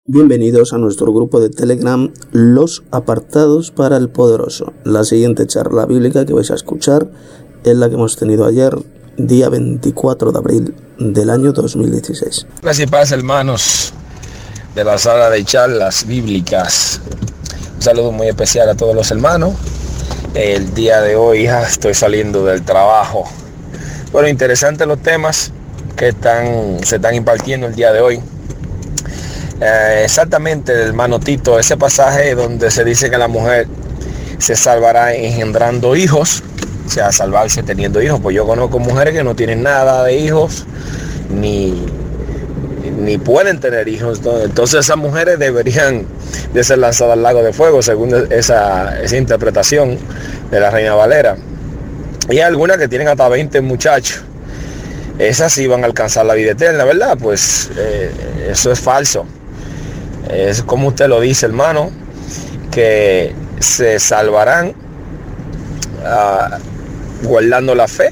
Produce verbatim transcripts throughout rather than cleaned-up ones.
Bienvenidos a nuestro grupo de Telegram, Los Apartados para el Poderoso. La siguiente charla bíblica que vais a escuchar es la que hemos tenido ayer, día veinticuatro de abril del año dos mil dieciséis. Gracias y paz, hermanos de la sala de charlas bíblicas. Un saludo muy especial a todos los hermanos. El día de hoy ya estoy saliendo del trabajo. Bueno, interesantes los temas que están, se están impartiendo el día de hoy. Eh, exactamente, hermano Tito, ese pasaje donde se dice que la mujer se salvará engendrando hijos, o sea, salvarse teniendo hijos. Pues yo conozco mujeres que no tienen nada de hijos, ni, ni pueden tener hijos. Entonces esas mujeres deberían de ser lanzadas al lago de fuego, según esa, esa interpretación de la Reina Valera. Y hay algunas que tienen hasta veinte muchachos. Esas sí van a alcanzar la vida eterna, ¿verdad? Pues eh, eso es falso. Es como usted lo dice, hermano, que se salvarán uh, guardando la fe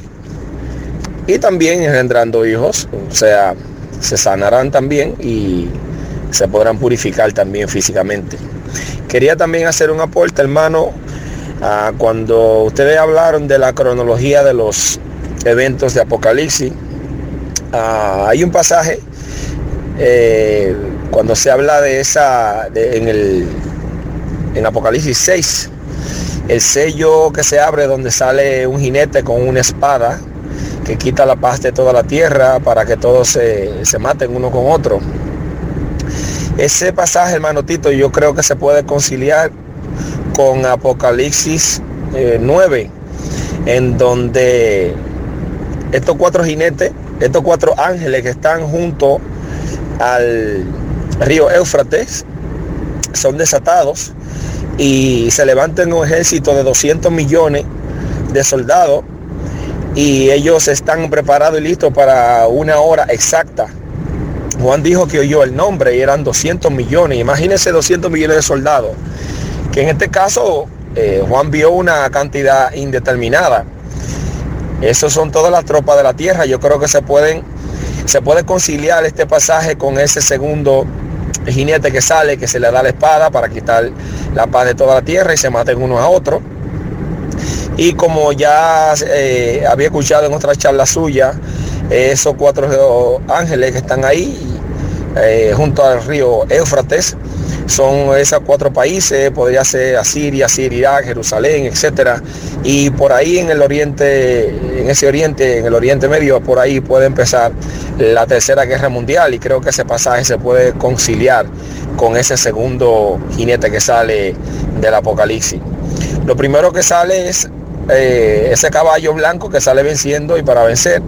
y también engendrando hijos, o sea, se sanarán también y se podrán purificar también físicamente. Quería también hacer un aporte, hermano, uh, cuando ustedes hablaron de la cronología de los eventos de Apocalipsis, uh, hay un pasaje eh, cuando se habla de esa, de, en el en Apocalipsis seis, el sello que se abre donde sale un jinete con una espada que quita la paz de toda la tierra para que todos se, se maten uno con otro. Ese pasaje, hermano Tito, yo creo que se puede conciliar con Apocalipsis eh, nueve, en donde estos cuatro jinetes, estos cuatro ángeles que están junto al río Éufrates son desatados y se levantan un ejército de doscientos millones de soldados y ellos están preparados y listos para una hora exacta. Juan dijo que oyó el nombre y eran doscientos millones. Imagínense doscientos millones de soldados, que en este caso eh, Juan vio una cantidad indeterminada. Esos son todas las tropas de la tierra. Yo creo que se pueden se puede conciliar este pasaje con ese segundo jinete que sale, que se le da la espada para quitar la paz de toda la tierra y se maten uno a otro. Y como ya eh, había escuchado en otras charlas suyas, eh, esos cuatro ángeles que están ahí eh, junto al río Éufrates son esos cuatro países, podría ser Asiria, Siria, Jerusalén, etcétera. Y por ahí en el oriente, en ese oriente, en el Oriente Medio, por ahí puede empezar la Tercera Guerra Mundial, y creo que ese pasaje se puede conciliar con ese segundo jinete que sale del Apocalipsis. Lo primero que sale es eh, ese caballo blanco que sale venciendo y para vencer.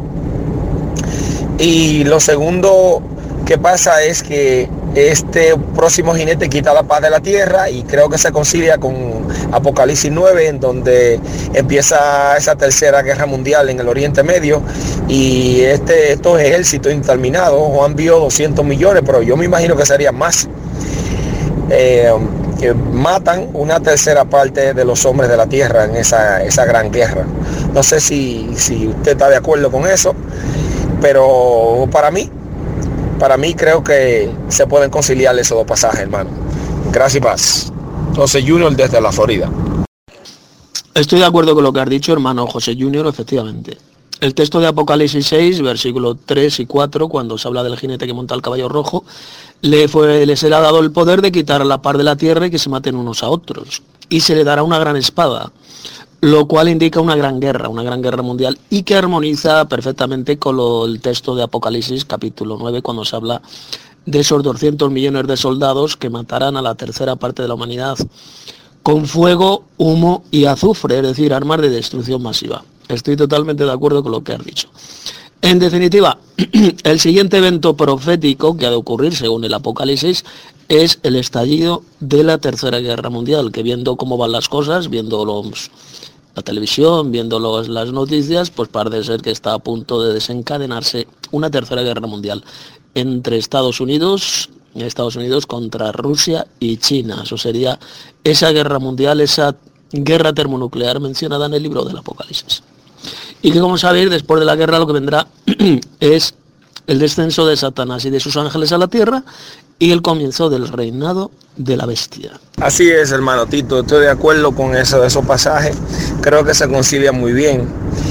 Y lo segundo que pasa es que este próximo jinete quita la paz de la tierra, y creo que se concilia con Apocalipsis nueve, en donde empieza esa tercera guerra mundial en el Oriente Medio, y este, estos ejércitos interminados. Juan vio doscientos millones, pero yo me imagino que serían más. Eh, que matan una tercera parte de los hombres de la tierra en esa, esa gran guerra. No sé si, si usted está de acuerdo con eso, pero para mí Para mí creo que se pueden conciliar esos dos pasajes, hermano. Gracias y paz. José Junior desde la Florida. Estoy de acuerdo con lo que has dicho, hermano José Junior, efectivamente. El texto de Apocalipsis seis, versículos tres y cuatro, cuando se habla del jinete que monta el caballo rojo, le, fue, le será dado el poder de quitar la paz de la tierra y que se maten unos a otros. Y se le dará una gran espada, lo cual indica una gran guerra, una gran guerra mundial, y que armoniza perfectamente con lo, el texto de Apocalipsis capítulo nueve, cuando se habla de esos doscientos millones de soldados que matarán a la tercera parte de la humanidad con fuego, humo y azufre, es decir, armas de destrucción masiva. Estoy totalmente de acuerdo con lo que has dicho. En definitiva, el siguiente evento profético que ha de ocurrir, según el Apocalipsis, es el estallido de la Tercera Guerra Mundial, que viendo cómo van las cosas, viendo los, la televisión, viendo los, las noticias, pues parece ser que está a punto de desencadenarse una Tercera Guerra Mundial entre Estados Unidos, Estados Unidos contra Rusia y China. Eso sería esa guerra mundial, esa guerra termonuclear mencionada en el libro del Apocalipsis. Y que, como sabéis, después de la guerra lo que vendrá es el descenso de Satanás y de sus ángeles a la tierra, y el comienzo del reinado de la bestia. Así es, hermano Tito, estoy de acuerdo con eso, esos pasajes, creo que se concilia muy bien.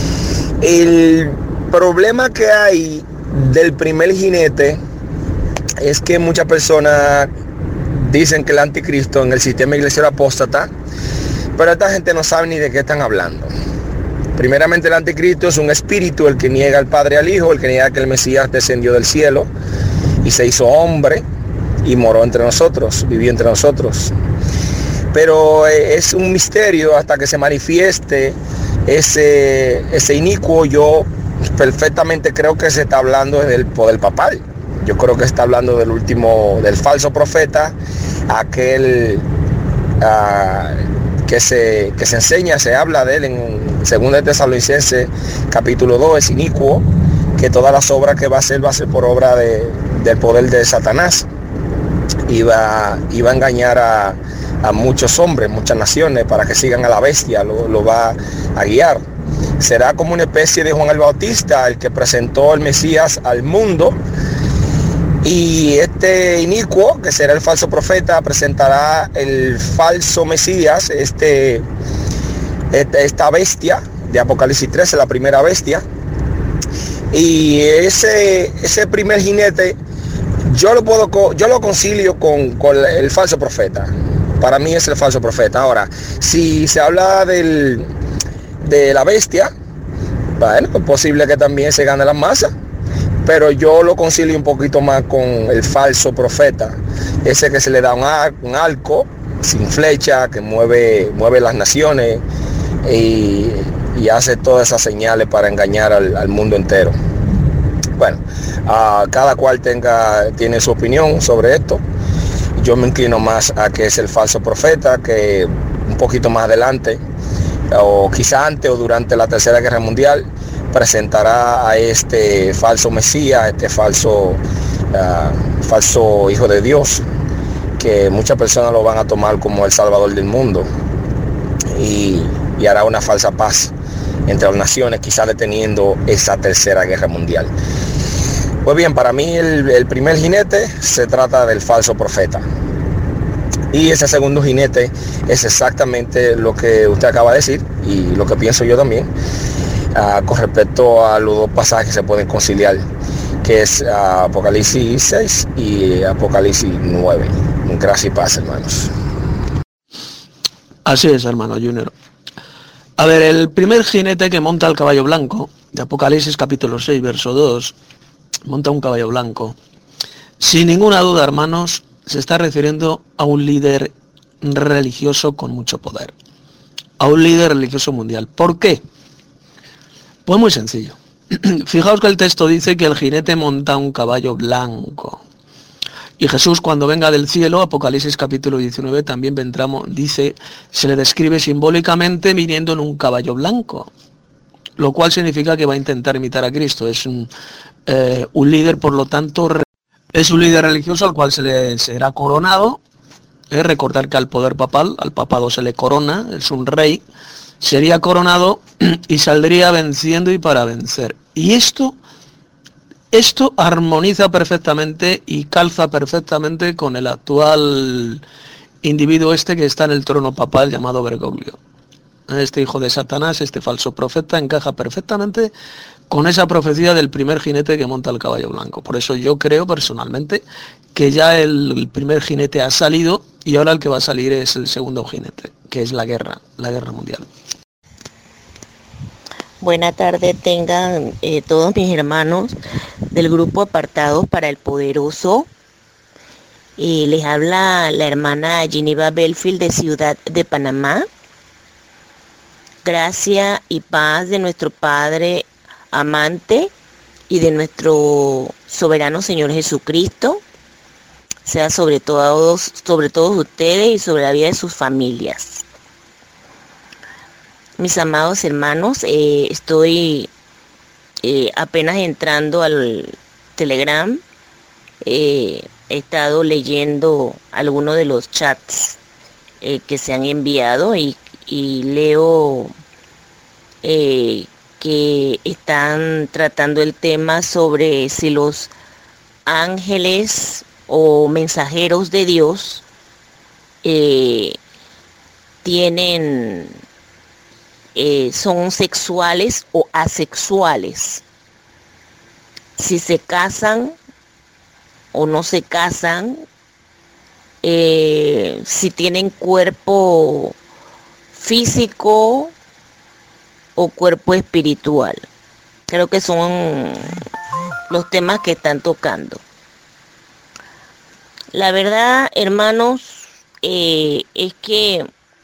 El problema que hay del primer jinete es que muchas personas dicen que el anticristo en el sistema iglesial apóstata, pero esta gente no sabe ni de qué están hablando. Primeramente, el anticristo es un espíritu, el que niega al Padre al Hijo, el que niega que el Mesías descendió del cielo y se hizo hombre y moró entre nosotros, vivió entre nosotros. Pero es un misterio hasta que se manifieste ese, ese inicuo. Yo perfectamente creo que se está hablando del poder papal. Yo creo que está hablando del último, del falso profeta, aquel uh, que, se, que se enseña, se habla de él en segunda de Tesalonicenses capítulo dos, es inicuo, que todas las obras que va a hacer va a ser por obra de, del poder de Satanás. Y va, y va a engañar a, a muchos hombres, muchas naciones, para que sigan a la bestia, lo, lo va a guiar. Será como una especie de Juan el Bautista, el que presentó al Mesías al mundo. Y este inicuo, que será el falso profeta, presentará el falso Mesías, este, este, esta bestia de Apocalipsis trece, la primera bestia. Y ese, ese primer jinete, yo lo puedo, yo lo concilio con, con el falso profeta. Para mí es el falso profeta. Ahora, si se habla del, de la bestia, bueno, es posible que también se gane las masas. Pero yo lo concilio un poquito más con el falso profeta, ese que se le da un, ar, un arco sin flecha, que mueve, mueve las naciones y, y hace todas esas señales para engañar al, al mundo entero. Bueno, uh, cada cual tenga, tiene su opinión sobre esto. Yo me inclino más a que es el falso profeta, que un poquito más adelante, o quizá antes o durante la Tercera Guerra Mundial, presentará a este falso Mesías, a este falso, uh, falso Hijo de Dios, que muchas personas lo van a tomar como el Salvador del mundo, y, y hará una falsa paz entre las naciones, quizás deteniendo esa Tercera Guerra Mundial. Pues bien, para mí el, el primer jinete se trata del falso profeta. Y ese segundo jinete es exactamente lo que usted acaba de decir y lo que pienso yo también, uh, con respecto a los dos pasajes que se pueden conciliar, que es uh, Apocalipsis seis y Apocalipsis nueve. Gracias y paz, hermanos. Así es, hermano Junior. A ver, el primer jinete que monta el caballo blanco, de Apocalipsis capítulo seis, verso dos, monta un caballo blanco. Sin ninguna duda, hermanos, se está refiriendo a un líder religioso con mucho poder. A un líder religioso mundial. ¿Por qué? Pues muy sencillo. Fijaos que el texto dice que el jinete monta un caballo blanco. Y Jesús, cuando venga del cielo, Apocalipsis capítulo diecinueve, también vendrá, dice, se le describe simbólicamente viniendo en un caballo blanco. Lo cual significa que va a intentar imitar a Cristo. Es un, eh, un líder, por lo tanto, es un líder religioso al cual se le será coronado. Eh, recordar que al poder papal, al papado se le corona, es un rey, sería coronado y saldría venciendo y para vencer. Y esto, esto armoniza perfectamente y calza perfectamente con el actual individuo este que está en el trono papal llamado Bergoglio. Este hijo de Satanás, este falso profeta, encaja perfectamente con esa profecía del primer jinete que monta el caballo blanco. Por eso yo creo personalmente que ya el, el primer jinete ha salido y ahora el que va a salir es el segundo jinete, que es la guerra, la guerra mundial. Buena tarde tengan eh, todos mis hermanos del grupo Apartados para el Poderoso. Eh, les habla la hermana Geneva Belfield de Ciudad de Panamá. Gracia y paz de nuestro Padre amante y de nuestro soberano Señor Jesucristo sea sobre todos, sobre todos ustedes y sobre la vida de sus familias. Mis amados hermanos, eh, estoy eh, apenas entrando al Telegram. Eh, he estado leyendo algunos de los chats eh, que se han enviado y, y leo eh, que están tratando el tema sobre si los ángeles o mensajeros de Dios eh, tienen, eh, son sexuales o asexuales. Si se casan o no se casan, eh, si tienen cuerpo físico o cuerpo espiritual. Creo que son los temas que están tocando. La verdad, hermanos, eh, es que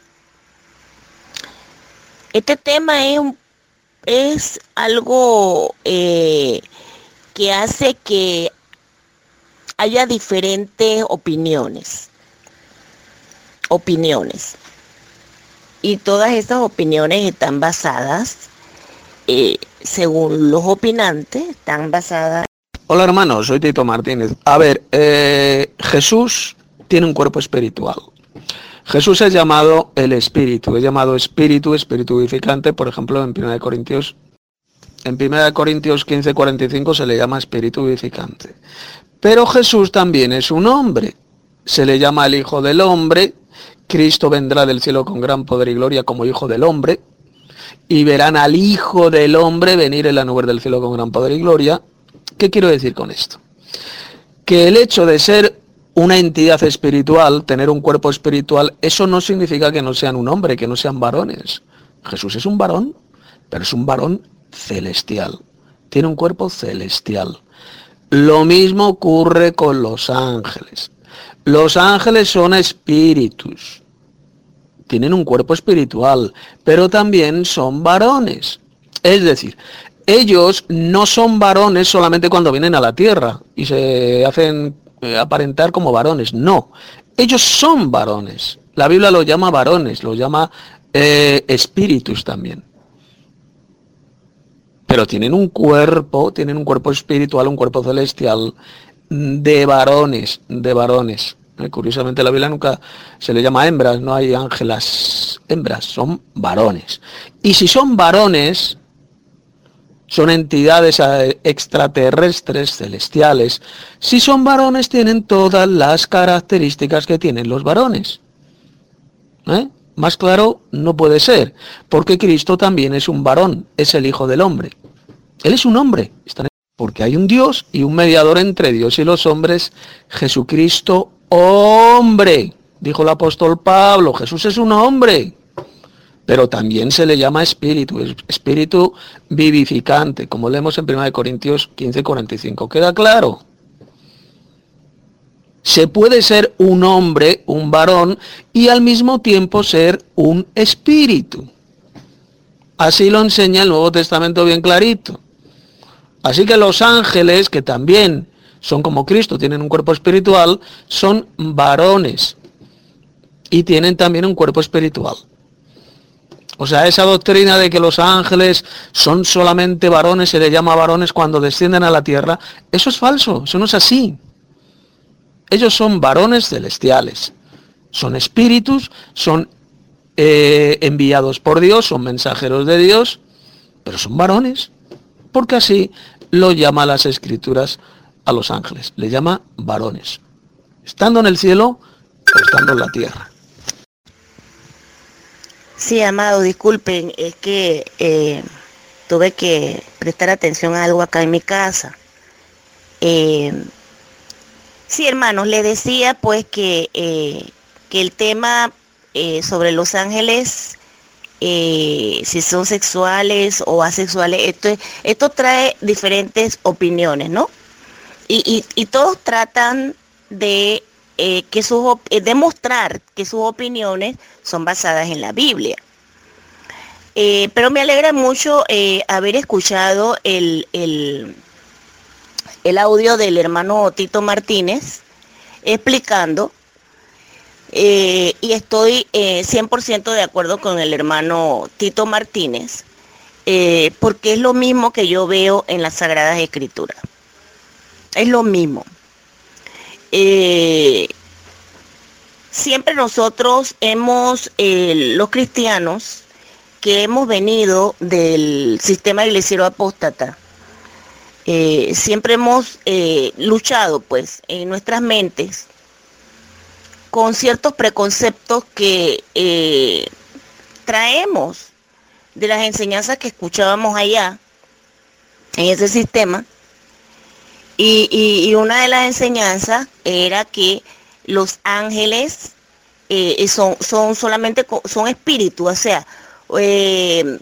este tema es, un, es algo eh, que hace que haya diferentes opiniones. Opiniones. Y todas estas opiniones están basadas, eh, según los opinantes, están basadas. Hola hermanos, soy Tito Martínez. A ver, eh, Jesús tiene un cuerpo espiritual. Jesús es llamado el Espíritu, es llamado Espíritu, Espíritu vivificante, por ejemplo, en primera de Corintios, en primera de Corintios quince cuarenta y cinco se le llama Espíritu vivificante. Pero Jesús también es un hombre, se le llama el Hijo del Hombre. Cristo vendrá del cielo con gran poder y gloria como Hijo del Hombre, y verán al Hijo del Hombre venir en la nube del cielo con gran poder y gloria. ¿Qué quiero decir con esto? Que el hecho de ser una entidad espiritual, tener un cuerpo espiritual, eso no significa que no sean un hombre, que no sean varones. Jesús es un varón, pero es un varón celestial. Tiene un cuerpo celestial. Lo mismo ocurre con los ángeles. Los ángeles son espíritus. Tienen un cuerpo espiritual, pero también son varones. Es decir, ellos no son varones solamente cuando vienen a la tierra y se hacen eh, aparentar como varones. No, ellos son varones. La Biblia los llama varones, los llama eh, espíritus también. Pero tienen un cuerpo, tienen un cuerpo espiritual, un cuerpo celestial de varones, de varones. Eh, curiosamente la Biblia nunca se le llama hembras, no hay ángelas hembras, son varones. Y si son varones, son entidades extraterrestres, celestiales. Si son varones, tienen todas las características que tienen los varones. ¿Eh? Más claro no puede ser, porque Cristo también es un varón, es el Hijo del Hombre. Él es un hombre, porque hay un Dios y un mediador entre Dios y los hombres, Jesucristo, hombre. Dijo el apóstol Pablo, Jesús es un hombre. Pero también se le llama espíritu, espíritu vivificante, como leemos en primera de Corintios quince cuarenta y cinco. ¿Queda claro? Se puede ser un hombre, un varón, y al mismo tiempo ser un espíritu. Así lo enseña el Nuevo Testamento bien clarito. Así que los ángeles, que también son como Cristo, tienen un cuerpo espiritual, son varones y tienen también un cuerpo espiritual. O sea, esa doctrina de que los ángeles son solamente varones, se les llama varones cuando descienden a la tierra, eso es falso, eso no es así. Ellos son varones celestiales, son espíritus, son eh, enviados por Dios, son mensajeros de Dios, pero son varones, porque así lo llama las Escrituras a los ángeles, le llama varones, estando en el cielo o estando en la tierra. Sí, amado, disculpen, es que eh, tuve que prestar atención a algo acá en mi casa. Eh, sí, hermanos, les decía pues que, eh, que el tema eh, sobre los ángeles, eh, si son sexuales o asexuales, esto, esto trae diferentes opiniones, ¿no? Y, y, y todos tratan de... Eh, que sus, eh, demostrar que sus opiniones son basadas en la Biblia. Eh, pero me alegra mucho eh, haber escuchado el, el, el audio del hermano Tito Martínez explicando, eh, y estoy eh, cien por ciento de acuerdo con el hermano Tito Martínez, eh, porque es lo mismo que yo veo en las Sagradas Escrituras. Es lo mismo. Eh, siempre nosotros hemos, eh, los cristianos que hemos venido del sistema iglesiero apóstata, eh, siempre hemos eh, luchado pues en nuestras mentes con ciertos preconceptos que eh, traemos de las enseñanzas que escuchábamos allá en ese sistema. Y, y, y una de las enseñanzas era que los ángeles eh, son, son solamente son espíritus, o sea, eh,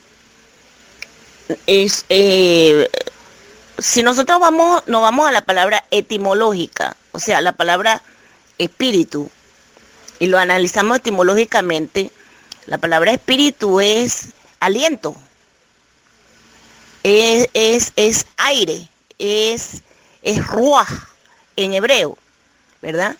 es, eh, si nosotros vamos, nos vamos a la palabra etimológica, o sea, la palabra espíritu, y lo analizamos etimológicamente, la palabra espíritu es aliento, es, es, es aire, es, es ruaj en hebreo, ¿verdad?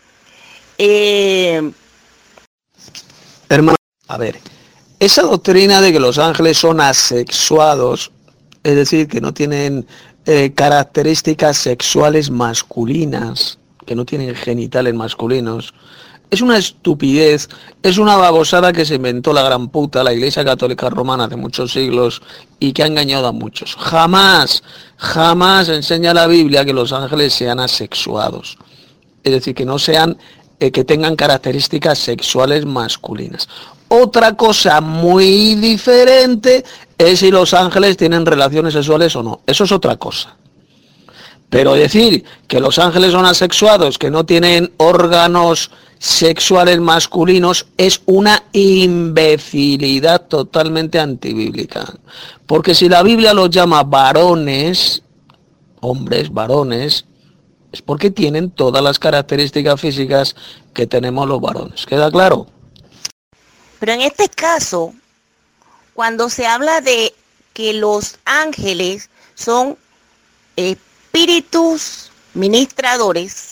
Eh... Hermano, a ver, esa doctrina de que los ángeles son asexuados, es decir, que no tienen eh, características sexuales masculinas, que no tienen genitales masculinos, es una estupidez, es una babosada que se inventó la gran puta, la Iglesia Católica Romana hace muchos siglos y que ha engañado a muchos. Jamás, jamás enseña la Biblia que los ángeles sean asexuados, es decir, que no sean, eh, que tengan características sexuales masculinas. Otra cosa muy diferente es si los ángeles tienen relaciones sexuales o no, eso es otra cosa. Pero decir que los ángeles son asexuados, que no tienen órganos sexuales masculinos, es una imbecilidad totalmente antibíblica. Porque si la Biblia los llama varones, hombres, varones, es porque tienen todas las características físicas que tenemos los varones. ¿Queda claro? Pero en este caso, cuando se habla de que los ángeles son espíritus ministradores,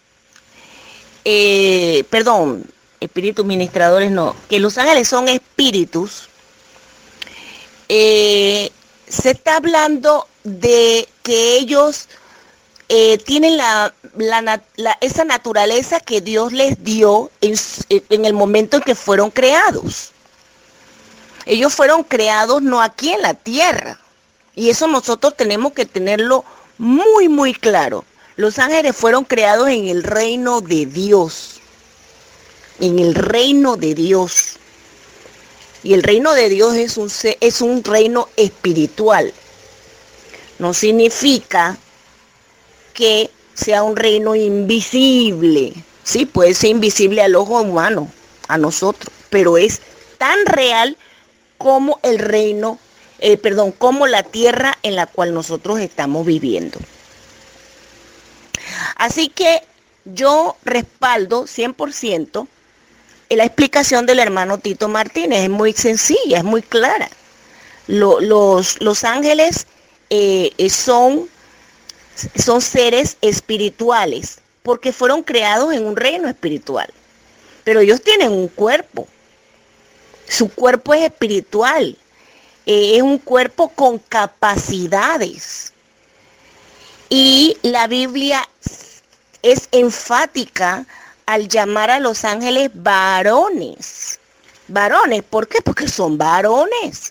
eh, perdón, espíritus ministradores no, que los ángeles son espíritus, eh, se está hablando de que ellos eh, tienen la, la, la, esa naturaleza que Dios les dio en, en el momento en que fueron creados. Ellos fueron creados no aquí en la tierra, y eso nosotros tenemos que tenerlo muy, muy claro. Los ángeles fueron creados en el reino de Dios, en el reino de Dios. Y el reino de Dios es un, es un reino espiritual. No significa que sea un reino invisible. Sí, puede ser invisible al ojo humano, a nosotros, pero es tan real como el reino, eh, perdón, como la tierra en la cual nosotros estamos viviendo. Así que yo respaldo cien por ciento la explicación del hermano Tito Martínez. Es muy sencilla, es muy clara. Lo, los, los ángeles eh, son, son seres espirituales porque fueron creados en un reino espiritual. Pero ellos tienen un cuerpo. Su cuerpo es espiritual. Eh, es un cuerpo con capacidades. Y la Biblia es enfática al llamar a los ángeles varones. Varones, ¿por qué? Porque son varones.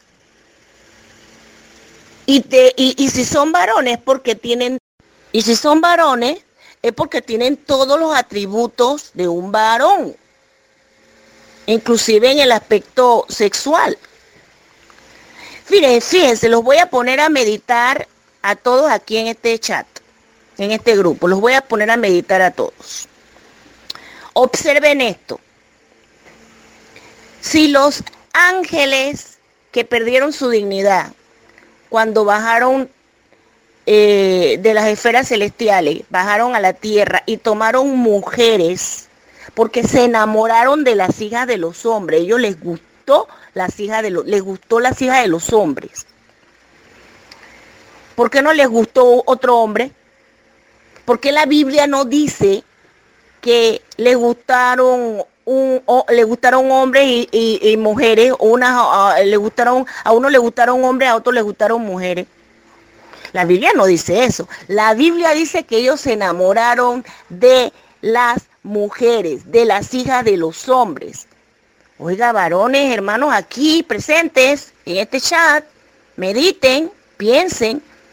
Y, te, y, y si son varones, porque tienen, y si son varones, es porque tienen todos los atributos de un varón, inclusive en el aspecto sexual. Fíjense, fíjense, los voy a poner a meditar a todos aquí en este chat, en este grupo. Los voy a poner a meditar a todos. Observen esto. Si los ángeles que perdieron su dignidad cuando bajaron eh, de las esferas celestiales, bajaron a la tierra y tomaron mujeres, porque se enamoraron de las hijas de los hombres, ellos les gustó las hijas de los, les gustó las hijas de los hombres. ¿Por qué no les gustó otro hombre? Porque la Biblia no dice que les gustaron un, o, le gustaron hombres y, y, y mujeres, una, uh, le gustaron, a uno le gustaron hombres, a otro le gustaron mujeres. La Biblia no dice eso. La Biblia dice que ellos se enamoraron de las mujeres, de las hijas de los hombres. Oiga, varones, hermanos, aquí presentes en este chat, mediten, piensen.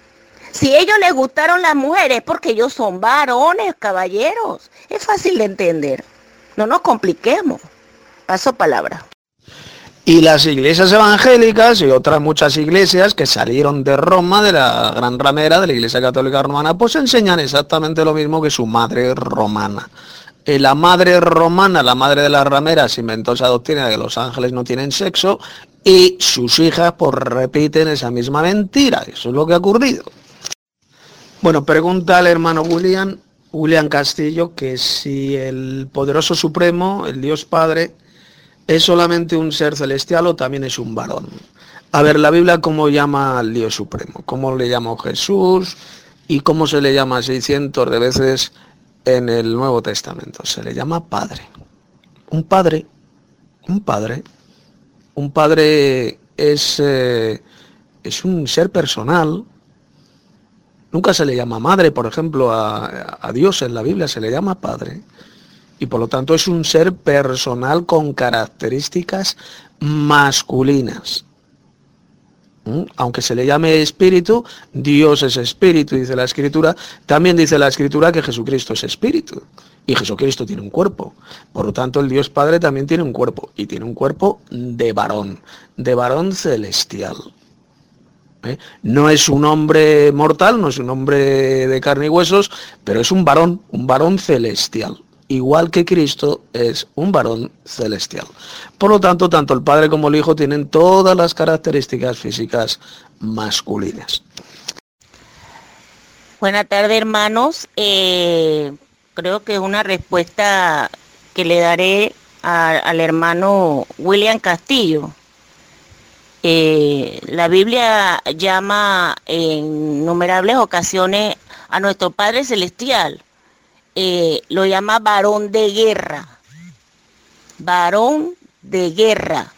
Si a ellos les gustaron las mujeres es porque ellos son varones, caballeros. Es fácil de entender. No nos compliquemos. Paso palabra. Y las iglesias evangélicas y otras muchas iglesias que salieron de Roma, de la gran ramera de la Iglesia Católica Romana, pues enseñan exactamente lo mismo que su madre romana. Eh, la madre romana, la madre de las rameras, inventó esa doctrina de que los ángeles no tienen sexo y sus hijas pues repiten esa misma mentira. Eso es lo que ha ocurrido. Bueno, pregunta al hermano William, William Castillo, que si el poderoso supremo, el Dios Padre, ¿es solamente un ser celestial o también es un varón? A ver, la Biblia, ¿cómo llama al Dios Supremo? ¿Cómo le llamó Jesús? ¿Y cómo se le llama seiscientos de veces en el Nuevo Testamento? Se le llama Padre. Un Padre, un Padre, un Padre es, eh, es un ser personal. Nunca se le llama Madre, por ejemplo, a, a Dios en la Biblia se le llama Padre. Y por lo tanto es un ser personal con características masculinas. ¿Mm? Aunque se le llame espíritu, Dios es espíritu, dice la Escritura. También dice la Escritura que Jesucristo es espíritu. Y Jesucristo tiene un cuerpo. Por lo tanto, el Dios Padre también tiene un cuerpo. Y tiene un cuerpo de varón, de varón celestial. ¿Eh? No es un hombre mortal, no es un hombre de carne y huesos, pero es un varón, un varón celestial. Igual que Cristo es un varón celestial. Por lo tanto, tanto el Padre como el Hijo tienen todas las características físicas masculinas. Buenas tardes, hermanos. Eh, creo que es una respuesta que le daré a, al hermano William Castillo. Eh, la Biblia llama en innumerables ocasiones a nuestro Padre Celestial. Eh, lo llama varón de guerra, varón de guerra,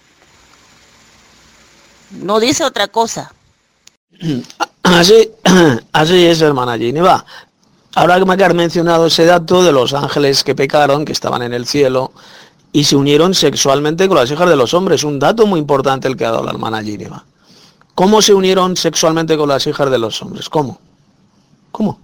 no dice otra cosa. Así, así es, hermana Gineva. Ahora que me has mencionado ese dato de los ángeles que pecaron, que estaban en el cielo y se unieron sexualmente con las hijas de los hombres, un dato muy importante el que ha dado la hermana Gineva. ¿Cómo se unieron sexualmente con las hijas de los hombres? ¿Cómo? ¿Cómo?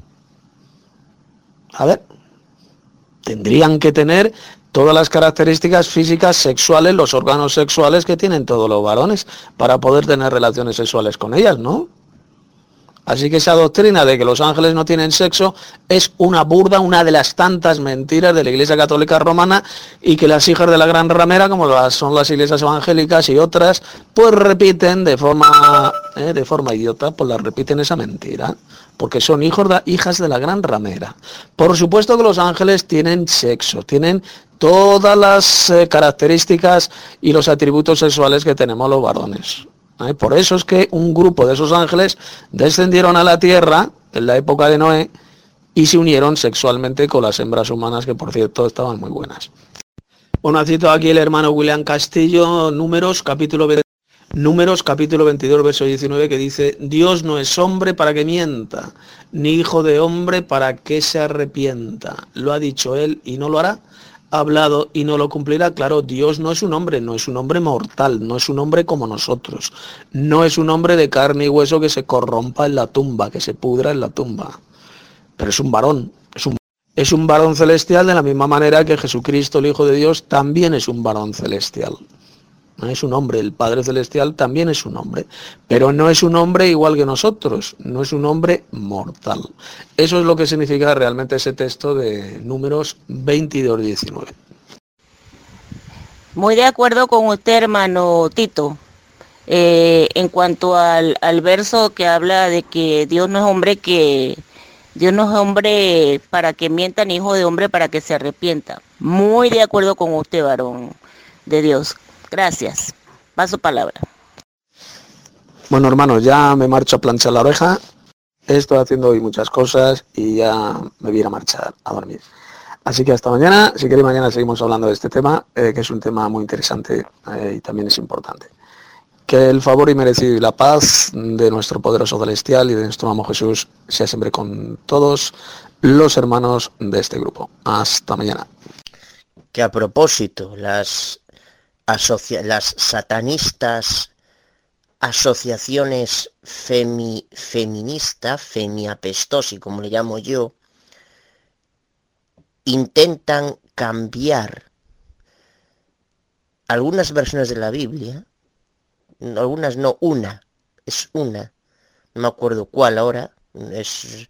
A ver, tendrían que tener todas las características físicas sexuales, los órganos sexuales que tienen todos los varones para poder tener relaciones sexuales con ellas, ¿no? Así que esa doctrina de que los ángeles no tienen sexo es una burda, una de las tantas mentiras de la Iglesia Católica Romana y que las hijas de la gran ramera, como las son las iglesias evangélicas y otras, pues repiten de forma, eh, de forma idiota, pues las repiten esa mentira, porque son hijos de, hijas de la gran ramera. Por supuesto que los ángeles tienen sexo, tienen todas las eh, características y los atributos sexuales que tenemos los varones. ¿Eh? Por eso es que un grupo de esos ángeles descendieron a la tierra en la época de Noé y se unieron sexualmente con las hembras humanas, que por cierto estaban muy buenas. Bueno, cito aquí el hermano William Castillo, Números, capítulo veinte, Números, capítulo veintidós, verso diecinueve, que dice: Dios no es hombre para que mienta, ni hijo de hombre para que se arrepienta. Lo ha dicho él y no lo hará. Ha hablado y no lo cumplirá. Claro, Dios no es un hombre, no es un hombre mortal, no es un hombre como nosotros, no es un hombre de carne y hueso que se corrompa en la tumba, que se pudra en la tumba, pero es un varón, es un, es un varón celestial, de la misma manera que Jesucristo, el Hijo de Dios, también es un varón celestial. No es un hombre, el Padre Celestial también es un hombre, pero no es un hombre igual que nosotros, no es un hombre mortal. Eso es lo que significa realmente ese texto de Números veintidós diecinueve. Muy de acuerdo con usted, hermano Tito, eh, en cuanto al, al verso que habla de que Dios no es hombre que Dios no es hombre para que mienta, ni hijo de hombre para que se arrepienta. Muy de acuerdo con usted, varón de Dios. Gracias. Paso palabra. Bueno, hermanos, ya me marcho a planchar la oreja. Estoy haciendo hoy muchas cosas y ya me voy a ir a marchar a dormir. Así que hasta mañana. Si queréis, mañana seguimos hablando de este tema, eh, que es un tema muy interesante eh, y también es importante. Que el favor y merecido y la paz de nuestro poderoso celestial y de nuestro amo Jesús sea siempre con todos los hermanos de este grupo. Hasta mañana. Que a propósito, las Asocia- las satanistas asociaciones femi, feministas, femiapestosi, como le llamo yo, intentan cambiar algunas versiones de la Biblia, algunas no, una, es una, no me acuerdo cuál ahora, es,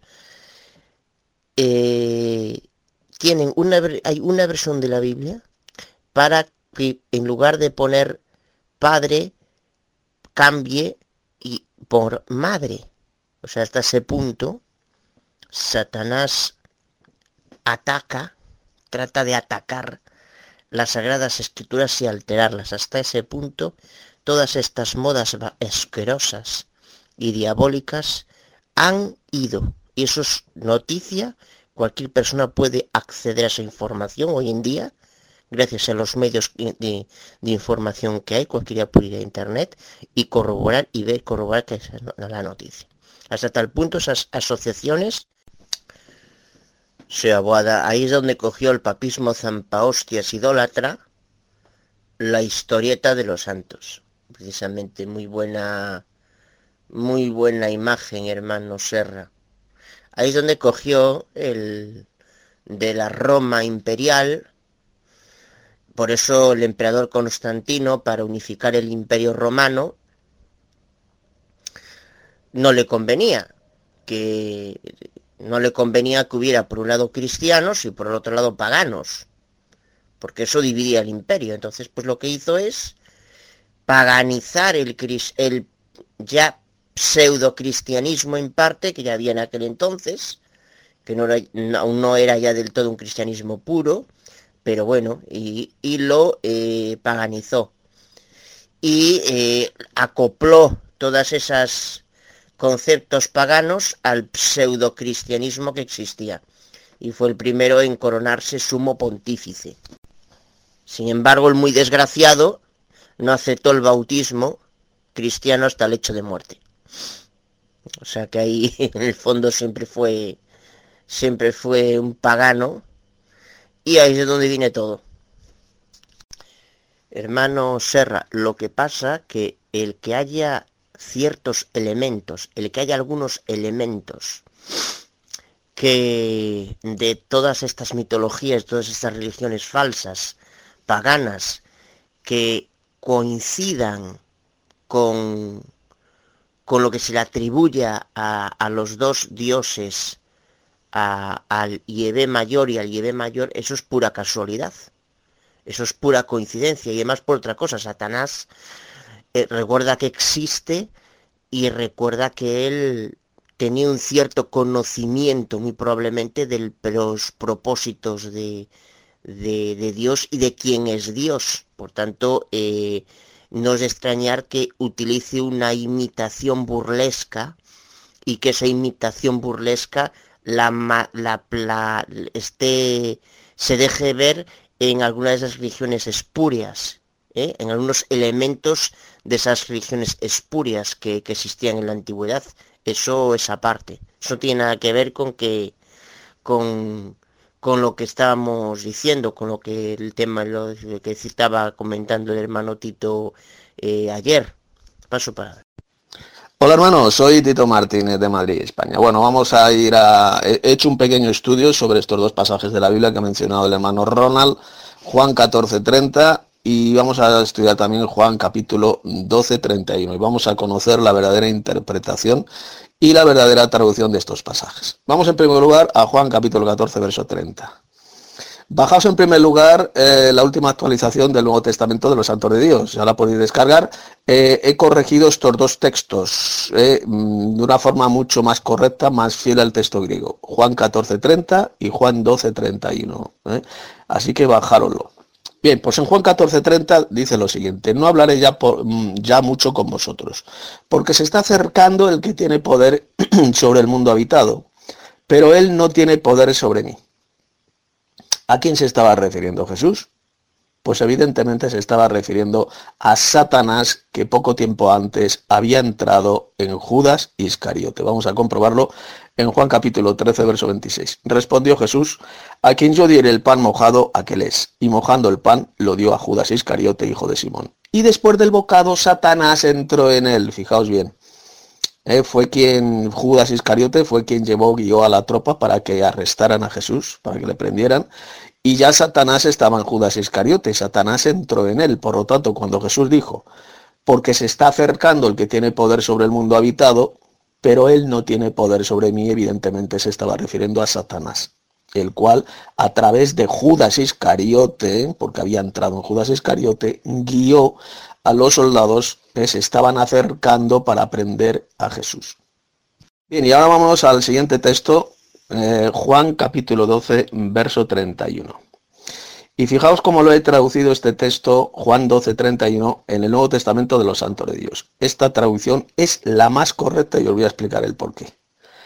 eh, tienen una, hay una versión de la Biblia para que en lugar de poner padre, cambie y por madre. O sea, hasta ese punto, Satanás ataca, trata de atacar las Sagradas Escrituras y alterarlas. Hasta ese punto, todas estas modas asquerosas y diabólicas han ido. Y eso es noticia, cualquier persona puede acceder a esa información hoy en día, gracias a los medios de, de información que hay, cualquiera puede ir a internet y corroborar y ver, corroborar que es la noticia. Hasta tal punto esas asociaciones, se abuada, ahí es donde cogió el papismo zampahostias idólatra la historieta de los santos. Precisamente muy buena, muy buena imagen, hermano Serra. Ahí es donde cogió el de la Roma imperial. Por eso el emperador Constantino, para unificar el imperio romano, no le convenía que no le convenía que hubiera por un lado cristianos y por el otro lado paganos, porque eso dividía el imperio. Entonces, pues lo que hizo es paganizar el, el ya pseudo cristianismo en parte que ya había en aquel entonces, que no era, aún no era ya del todo un cristianismo puro, pero bueno, y, y lo eh, paganizó y eh, acopló todas esas conceptos paganos al pseudo cristianismo que existía, y fue el primero en coronarse sumo pontífice. Sin embargo, el muy desgraciado no aceptó el bautismo cristiano hasta el hecho de muerte. O sea que ahí en el fondo siempre fue siempre fue un pagano, y ahí es de donde viene todo. Hermano Serra, lo que pasa que el que haya ciertos elementos, el que haya algunos elementos que de todas estas mitologías, todas estas religiones falsas, paganas, que coincidan con, con lo que se le atribuye a, a los dos dioses, a, al Yahvé mayor y al Yahvé mayor, eso es pura casualidad, eso es pura coincidencia, y además por otra cosa, Satanás eh, recuerda que existe y recuerda que él tenía un cierto conocimiento, muy probablemente, de los propósitos de, de, de Dios y de quién es Dios. Por tanto, eh, no es de extrañar que utilice una imitación burlesca, y que esa imitación burlesca la, la, la, esté, se deje ver en algunas de esas religiones espurias, ¿eh? en algunos elementos de esas religiones espurias que, que existían en la antigüedad. Eso es aparte, eso tiene nada que ver con que con, con lo que estábamos diciendo, con lo que el tema lo, lo que estaba comentando el hermano Tito eh, ayer. Paso para. Hola hermanos, soy Tito Martínez de Madrid, España. Bueno, vamos a ir a... He hecho un pequeño estudio sobre estos dos pasajes de la Biblia que ha mencionado el hermano Ronald, Juan catorce treinta, y vamos a estudiar también Juan capítulo doce treinta y uno, y vamos a conocer la verdadera interpretación y la verdadera traducción de estos pasajes. Vamos en primer lugar a Juan capítulo catorce, verso treinta. Bajaos en primer lugar eh, la última actualización del Nuevo Testamento de los Santos de Dios, ya la podéis descargar. Eh, he corregido estos dos textos eh, de una forma mucho más correcta, más fiel al texto griego. Juan catorce treinta y Juan doce treinta y uno. Eh. Así que bajároslo. Bien, pues en Juan catorce treinta dice lo siguiente: no hablaré ya, por, ya mucho con vosotros, porque se está acercando el que tiene poder sobre el mundo habitado, pero él no tiene poder sobre mí. ¿A quién se estaba refiriendo Jesús? Pues evidentemente se estaba refiriendo a Satanás, que poco tiempo antes había entrado en Judas Iscariote. Vamos a comprobarlo en Juan capítulo trece, verso veintiséis. Respondió Jesús: a quien yo diere el pan mojado, aquel es. Y mojando el pan, lo dio a Judas Iscariote, hijo de Simón. y después del bocado Satanás entró en él. Fijaos bien. Eh, fue quien, Judas Iscariote, fue quien llevó, guió a la tropa para que arrestaran a Jesús, para que le prendieran. Y ya Satanás estaba en Judas Iscariote, Satanás entró en él. Por lo tanto, cuando Jesús dijo, porque se está acercando el que tiene poder sobre el mundo habitado, pero él no tiene poder sobre mí, evidentemente se estaba refiriendo a Satanás, el cual a través de Judas Iscariote, porque había entrado en Judas Iscariote, guió a los soldados que se estaban acercando para prender a Jesús. Bien, y ahora vamos al siguiente texto, eh, Juan capítulo doce, verso treinta y uno. Y fijaos cómo lo he traducido este texto, Juan doce, treinta y uno, en el Nuevo Testamento de los Santos de Dios. Esta traducción es la más correcta y os voy a explicar el porqué.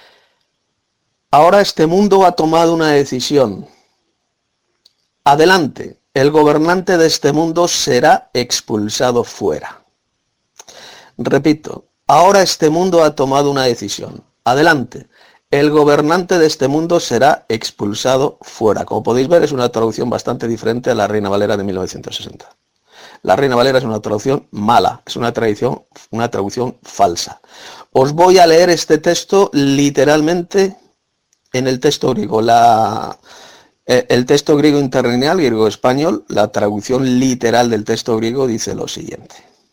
Ahora este mundo ha tomado una decisión. Adelante, el gobernante de este mundo será expulsado fuera. Repito, ahora este mundo ha tomado una decisión. Adelante, el gobernante de este mundo será expulsado fuera. Como podéis ver, es una traducción bastante diferente a la Reina Valera de mil novecientos sesenta. La Reina Valera es una traducción mala, es una traducción, una traducción falsa. Os voy a leer este texto literalmente en el texto griego. La, el texto griego interlineal, griego-español, la traducción literal del texto griego dice lo siguiente.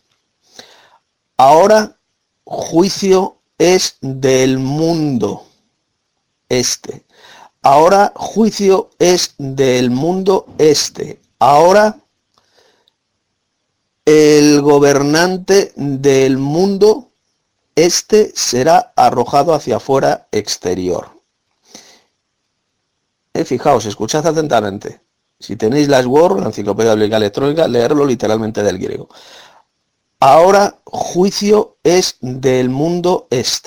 Ahora juicio es del mundo este. Ahora juicio es del mundo este. Ahora el gobernante del mundo este será arrojado hacia afuera exterior. Eh, fijaos, escuchad atentamente. Si tenéis la Word, la Enciclopedia Bíblica Electrónica, leerlo literalmente del griego. Ahora juicio es del mundo este.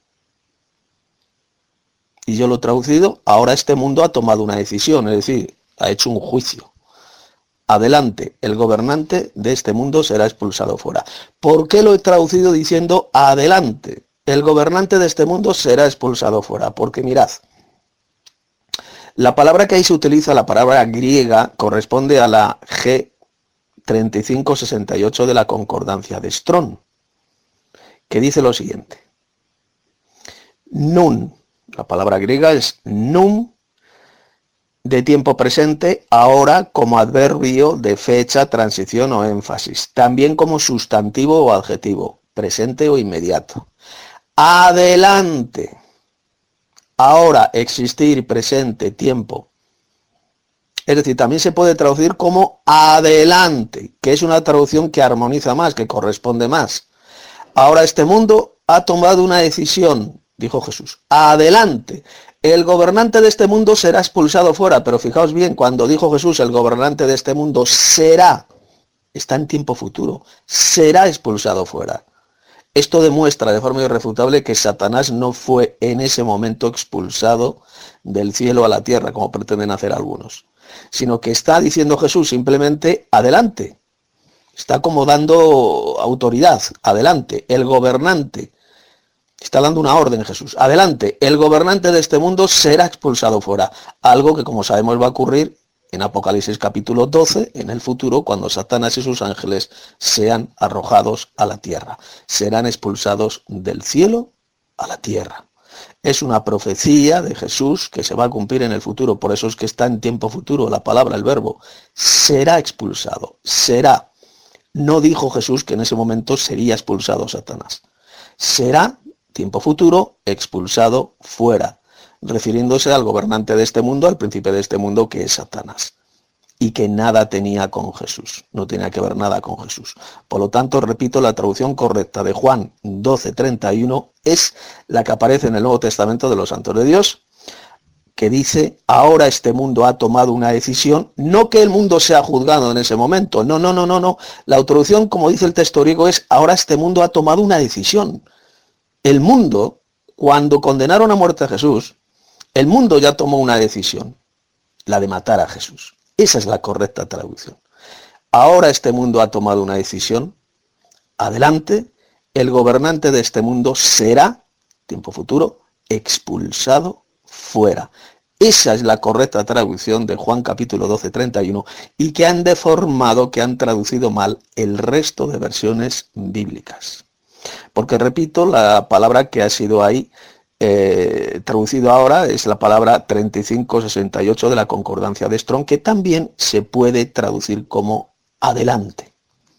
Y yo lo he traducido, ahora este mundo ha tomado una decisión, es decir, ha hecho un juicio. Adelante, el gobernante de este mundo será expulsado fuera. ¿Por qué lo he traducido diciendo adelante, el gobernante de este mundo será expulsado fuera? Porque mirad, la palabra que ahí se utiliza, la palabra griega, corresponde a la G treinta y cinco sesenta y ocho de la concordancia de Strong, que dice lo siguiente. Nun, la palabra griega es nun, de tiempo presente, ahora como adverbio de fecha, transición o énfasis, también como sustantivo o adjetivo, presente o inmediato. Adelante, ahora, existir, presente, tiempo. Es decir, también se puede traducir como adelante, que es una traducción que armoniza más, que corresponde más. Ahora este mundo ha tomado una decisión, dijo Jesús. Adelante, el gobernante de este mundo será expulsado fuera. Pero fijaos bien, cuando dijo Jesús, el gobernante de este mundo será, está en tiempo futuro, será expulsado fuera. Esto demuestra de forma irrefutable que Satanás no fue en ese momento expulsado del cielo a la tierra, como pretenden hacer algunos, sino que está diciendo Jesús simplemente adelante. Está como dando autoridad, adelante, el gobernante. Está dando una orden Jesús, adelante, el gobernante de este mundo será expulsado fuera. Algo que, como sabemos, va a ocurrir en Apocalipsis capítulo doce, en el futuro, cuando Satanás y sus ángeles sean arrojados a la tierra. Serán expulsados del cielo a la tierra. Es una profecía de Jesús que se va a cumplir en el futuro. Por eso es que está en tiempo futuro la palabra, el verbo. Será expulsado, será. No dijo Jesús que en ese momento sería expulsado Satanás. Será, tiempo futuro, expulsado fuera, refiriéndose al gobernante de este mundo, al príncipe de este mundo, que es Satanás, y que nada tenía con Jesús, no tenía que ver nada con Jesús. Por lo tanto, repito, la traducción correcta de Juan doce treinta y uno es la que aparece en el Nuevo Testamento de los Santos de Dios, que dice, ahora este mundo ha tomado una decisión, no que el mundo sea juzgado en ese momento, no, no, no, no, no. La traducción, como dice el texto griego, es, ahora este mundo ha tomado una decisión. El mundo, cuando condenaron a muerte a Jesús, el mundo ya tomó una decisión, la de matar a Jesús. Esa es la correcta traducción. Ahora este mundo ha tomado una decisión. Adelante, el gobernante de este mundo será, tiempo futuro, expulsado fuera. Esa es la correcta traducción de Juan capítulo doce, treinta y uno, y que han deformado, que han traducido mal el resto de versiones bíblicas. Porque, repito, la palabra que ha sido ahí eh, traducido ahora es la palabra treinta y cinco sesenta y ocho de la concordancia de Strong, que también se puede traducir como adelante.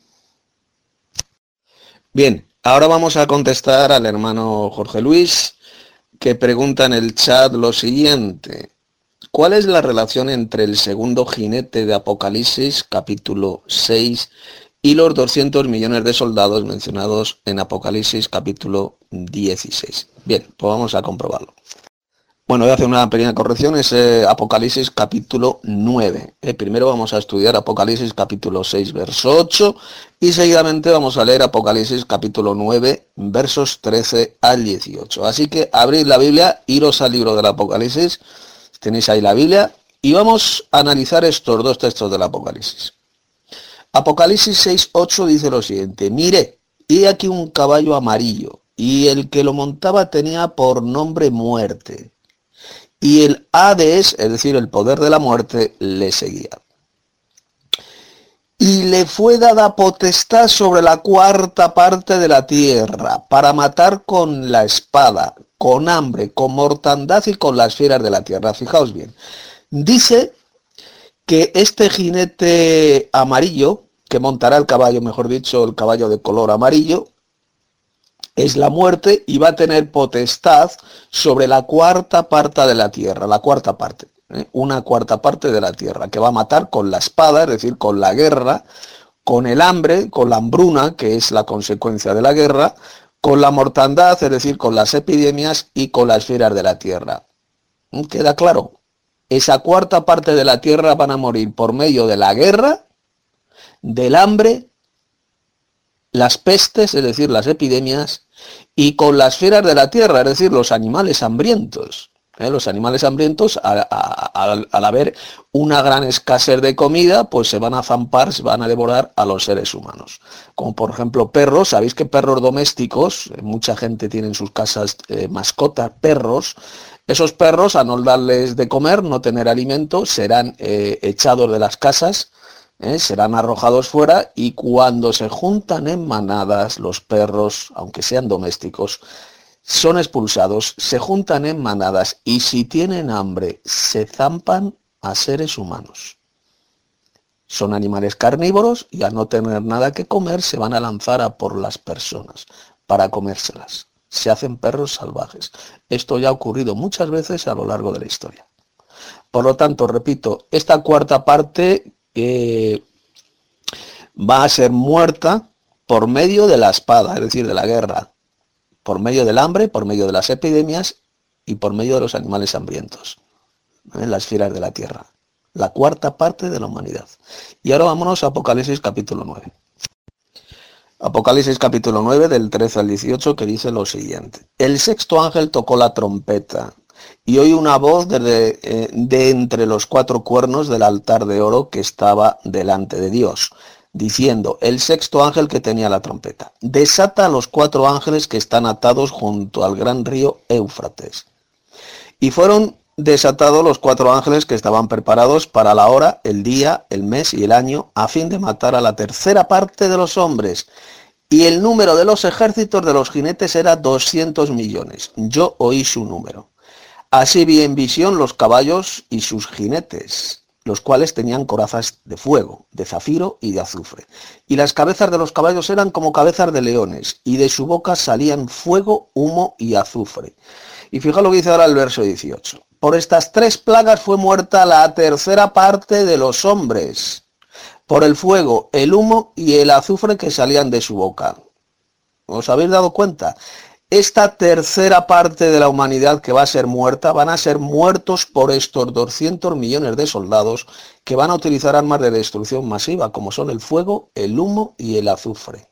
Bien, ahora vamos a contestar al hermano Jorge Luis, que pregunta en el chat lo siguiente: ¿cuál es la relación entre el segundo jinete de Apocalipsis, capítulo seis, y los doscientos millones de soldados mencionados en Apocalipsis, capítulo dieciséis? Bien, pues vamos a comprobarlo. Bueno, voy a hacer una pequeña corrección, es eh, Apocalipsis capítulo nueve. Eh, primero vamos a estudiar Apocalipsis capítulo seis, verso ocho, y seguidamente vamos a leer Apocalipsis capítulo nueve, versos trece al dieciocho. Así que abrid la Biblia, iros al libro del Apocalipsis, tenéis ahí la Biblia, y vamos a analizar estos dos textos del Apocalipsis. Apocalipsis seis, ocho dice lo siguiente: miré, y aquí un caballo amarillo, y el que lo montaba tenía por nombre Muerte. Y el Hades, es decir, el poder de la muerte, le seguía. Y le fue dada potestad sobre la cuarta parte de la tierra, para matar con la espada, con hambre, con mortandad y con las fieras de la tierra. Fijaos bien. Dice que este jinete amarillo, que montará el caballo, mejor dicho, el caballo de color amarillo, es la muerte, y va a tener potestad sobre la cuarta parte de la tierra, la cuarta parte, ¿eh? una cuarta parte de la tierra, que va a matar con la espada, es decir, con la guerra, con el hambre, con la hambruna, que es la consecuencia de la guerra, con la mortandad, es decir, con las epidemias, y con las fieras de la tierra. ¿Queda claro? Esa cuarta parte de la tierra van a morir por medio de la guerra, del hambre, las pestes, es decir, las epidemias, y con las fieras de la tierra, es decir, los animales hambrientos. ¿eh? Los animales hambrientos, al, al, al haber una gran escasez de comida, pues se van a zampar, se van a devorar a los seres humanos. Como por ejemplo perros, sabéis que perros domésticos, mucha gente tiene en sus casas eh, mascotas, perros. Esos perros, a no darles de comer, no tener alimento, serán eh, echados de las casas, ¿Eh? serán arrojados fuera, y cuando se juntan en manadas los perros, aunque sean domésticos, son expulsados, se juntan en manadas, y si tienen hambre se zampan a seres humanos. Son animales carnívoros, y al no tener nada que comer se van a lanzar a por las personas para comérselas. Se hacen perros salvajes. Esto ya ha ocurrido muchas veces a lo largo de la historia. Por lo tanto, repito, esta cuarta parte que va a ser muerta por medio de la espada, es decir, de la guerra, por medio del hambre, por medio de las epidemias y por medio de los animales hambrientos, ¿eh? las fieras de la tierra, la cuarta parte de la humanidad. Y ahora vámonos a Apocalipsis capítulo nueve. Apocalipsis capítulo nueve, del trece al dieciocho, que dice lo siguiente: el sexto ángel tocó la trompeta, y oí una voz desde, eh, de entre los cuatro cuernos del altar de oro que estaba delante de Dios, diciendo el sexto ángel que tenía la trompeta: desata a los cuatro ángeles que están atados junto al gran río Éufrates. Y fueron desatados los cuatro ángeles que estaban preparados para la hora, el día, el mes y el año, a fin de matar a la tercera parte de los hombres. Y el número de los ejércitos de los jinetes era doscientos millones. Yo oí su número. Así vi en visión los caballos y sus jinetes, los cuales tenían corazas de fuego, de zafiro y de azufre. Y las cabezas de los caballos eran como cabezas de leones, y de su boca salían fuego, humo y azufre. Y fijaos lo que dice ahora el verso dieciocho. Por estas tres plagas fue muerta la tercera parte de los hombres, por el fuego, el humo y el azufre que salían de su boca. ¿Os habéis dado cuenta? Esta tercera parte de la humanidad que va a ser muerta, van a ser muertos por estos doscientos millones de soldados que van a utilizar armas de destrucción masiva, como son el fuego, el humo y el azufre,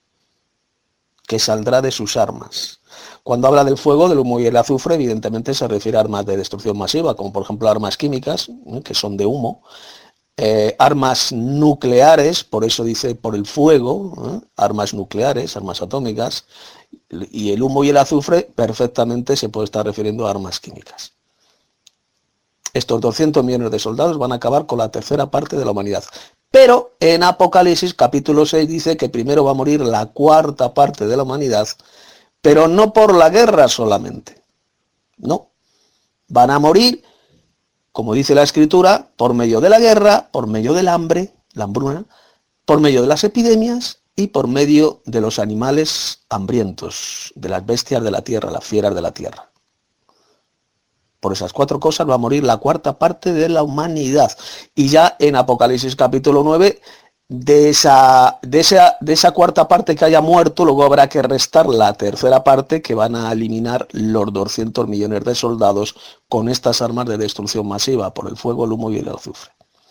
que saldrá de sus armas. Cuando habla del fuego, del humo y el azufre, evidentemente se refiere a armas de destrucción masiva, como por ejemplo armas químicas, ¿eh? que son de humo, eh, armas nucleares, por eso dice por el fuego, ¿eh? armas nucleares, armas atómicas, y el humo y el azufre perfectamente se puede estar refiriendo a armas químicas. estos doscientos millones de soldados van a acabar con la tercera parte de la humanidad. Pero en Apocalipsis capítulo seis dice que primero va a morir la cuarta parte de la humanidad, pero no por la guerra solamente. No. Van a morir, como dice la Escritura, por medio de la guerra, por medio del hambre, la hambruna, por medio de las epidemias y por medio de los animales hambrientos, de las bestias de la tierra, las fieras de la tierra. Por esas cuatro cosas va a morir la cuarta parte de la humanidad. Y ya en Apocalipsis capítulo nueve, de esa, de esa, de esa cuarta parte que haya muerto, luego habrá que restar la tercera parte, que van a eliminar los doscientos millones de soldados con estas armas de destrucción masiva, por el fuego, el humo y el azufre.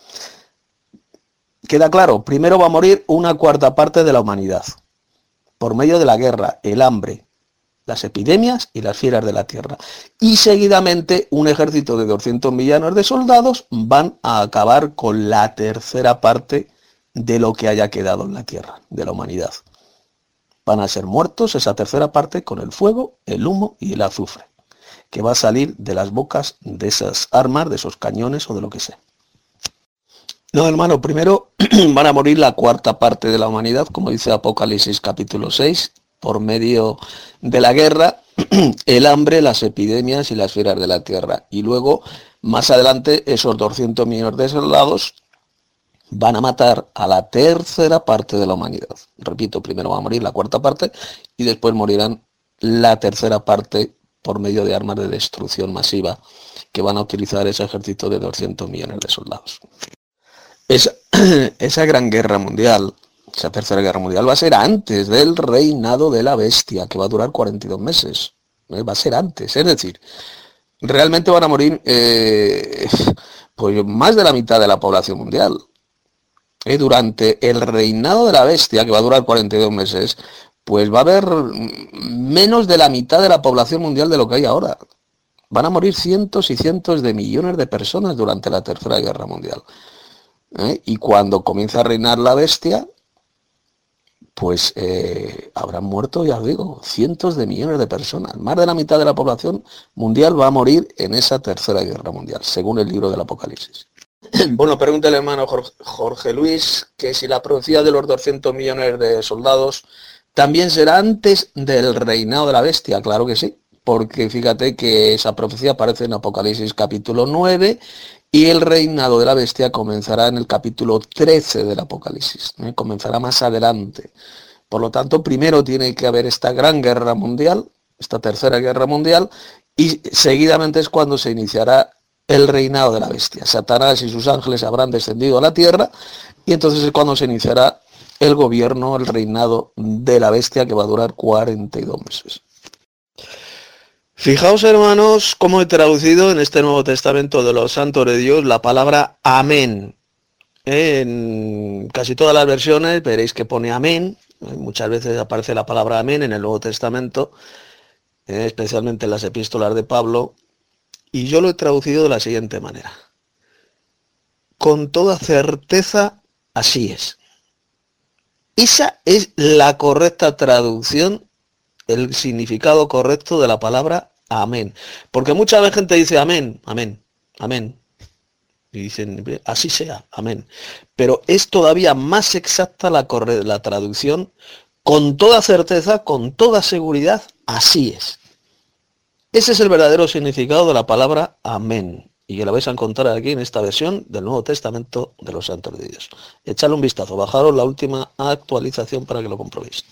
Queda claro, primero va a morir una cuarta parte de la humanidad, por medio de la guerra, el hambre, las epidemias y las fieras de la tierra. Y seguidamente un ejército de doscientos millones de soldados van a acabar con la tercera parte de lo que haya quedado en la tierra, de la humanidad. Van a ser muertos esa tercera parte con el fuego, el humo y el azufre, que va a salir de las bocas de esas armas, de esos cañones o de lo que sea. No, hermano, primero van a morir la cuarta parte de la humanidad, como dice Apocalipsis capítulo seis, por medio de la guerra, el hambre, las epidemias y las fieras de la tierra. Y luego, más adelante, esos doscientos millones de soldados van a matar a la tercera parte de la humanidad. Repito, primero va a morir la cuarta parte y después morirán la tercera parte por medio de armas de destrucción masiva que van a utilizar ese ejército de doscientos millones de soldados. Esa, esa gran guerra mundial, esa tercera guerra mundial, va a ser antes del reinado de la bestia, que va a durar cuarenta y dos meses. ¿Eh? Va a ser antes, es decir, realmente van a morir eh, pues más de la mitad de la población mundial. ¿Eh? Durante el reinado de la bestia, que va a durar cuarenta y dos meses, pues va a haber menos de la mitad de la población mundial de lo que hay ahora. Van a morir cientos y cientos de millones de personas durante la tercera guerra mundial. ¿Eh? Y cuando comienza a reinar la bestia, pues eh, habrán muerto, ya os digo, cientos de millones de personas. Más de la mitad de la población mundial va a morir en esa tercera guerra mundial, según el libro del Apocalipsis. Bueno, pregunta el hermano Jorge Luis que si la profecía de los doscientos millones de soldados también será antes del reinado de la bestia. Claro que sí, porque fíjate que esa profecía aparece en Apocalipsis capítulo nueve y el reinado de la bestia comenzará en el capítulo trece del Apocalipsis, ¿eh? Comenzará más adelante. Por lo tanto, primero tiene que haber esta gran guerra mundial, esta tercera guerra mundial, y seguidamente es cuando se iniciará el reinado de la bestia. Satanás y sus ángeles habrán descendido a la tierra y entonces es cuando se iniciará el gobierno, el reinado de la bestia, que va a durar cuarenta y dos meses. Fijaos, hermanos, cómo he traducido en este Nuevo Testamento de los Santos de Dios la palabra amén. En casi todas las versiones veréis que pone amén. Muchas veces aparece la palabra amén en el Nuevo Testamento, especialmente en las epístolas de Pablo. Y yo lo he traducido de la siguiente manera. Con toda certeza, así es. Esa es la correcta traducción, el significado correcto de la palabra amén. Porque mucha gente dice amén, amén, amén. Y dicen, así sea, amén. Pero es todavía más exacta la, la traducción, con toda certeza, con toda seguridad, así es. Ese es el verdadero significado de la palabra amén. Y que la vais a encontrar aquí en esta versión del Nuevo Testamento de los Santos de Dios. Echadle un vistazo, bajaros la última actualización para que lo comprobéis.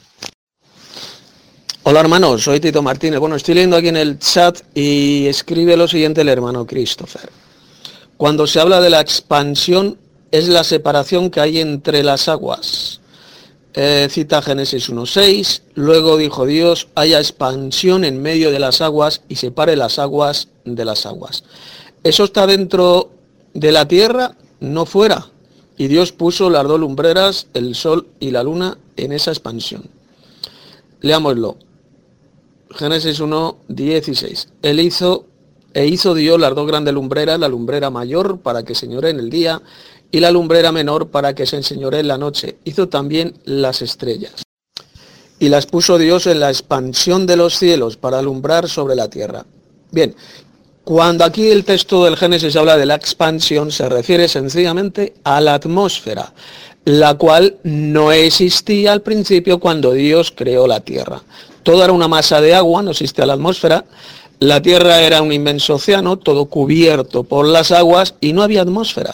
Hola hermanos, soy Tito Martínez. Bueno, estoy leyendo aquí en el chat y escribe lo siguiente el hermano Christopher. Cuando se habla de la expansión, es la separación que hay entre las aguas. Eh, cita Génesis uno seis, luego dijo Dios, haya expansión en medio de las aguas y separe las aguas de las aguas. Eso está dentro de la tierra, no fuera. Y Dios puso las dos lumbreras, el sol y la luna, en esa expansión. Leámoslo. Génesis uno dieciséis. Él hizo, e hizo Dios las dos grandes lumbreras, la lumbrera mayor para que señoree en el día y la lumbrera menor para que se enseñoree en la noche. Hizo también las estrellas. Y las puso Dios en la expansión de los cielos para alumbrar sobre la tierra. Bien, Cuando aquí el texto del Génesis habla de la expansión, se refiere sencillamente a la atmósfera, la cual no existía al principio cuando Dios creó la tierra. Todo era una masa de agua, no existía la atmósfera. La tierra era un inmenso océano, todo cubierto por las aguas y no había atmósfera.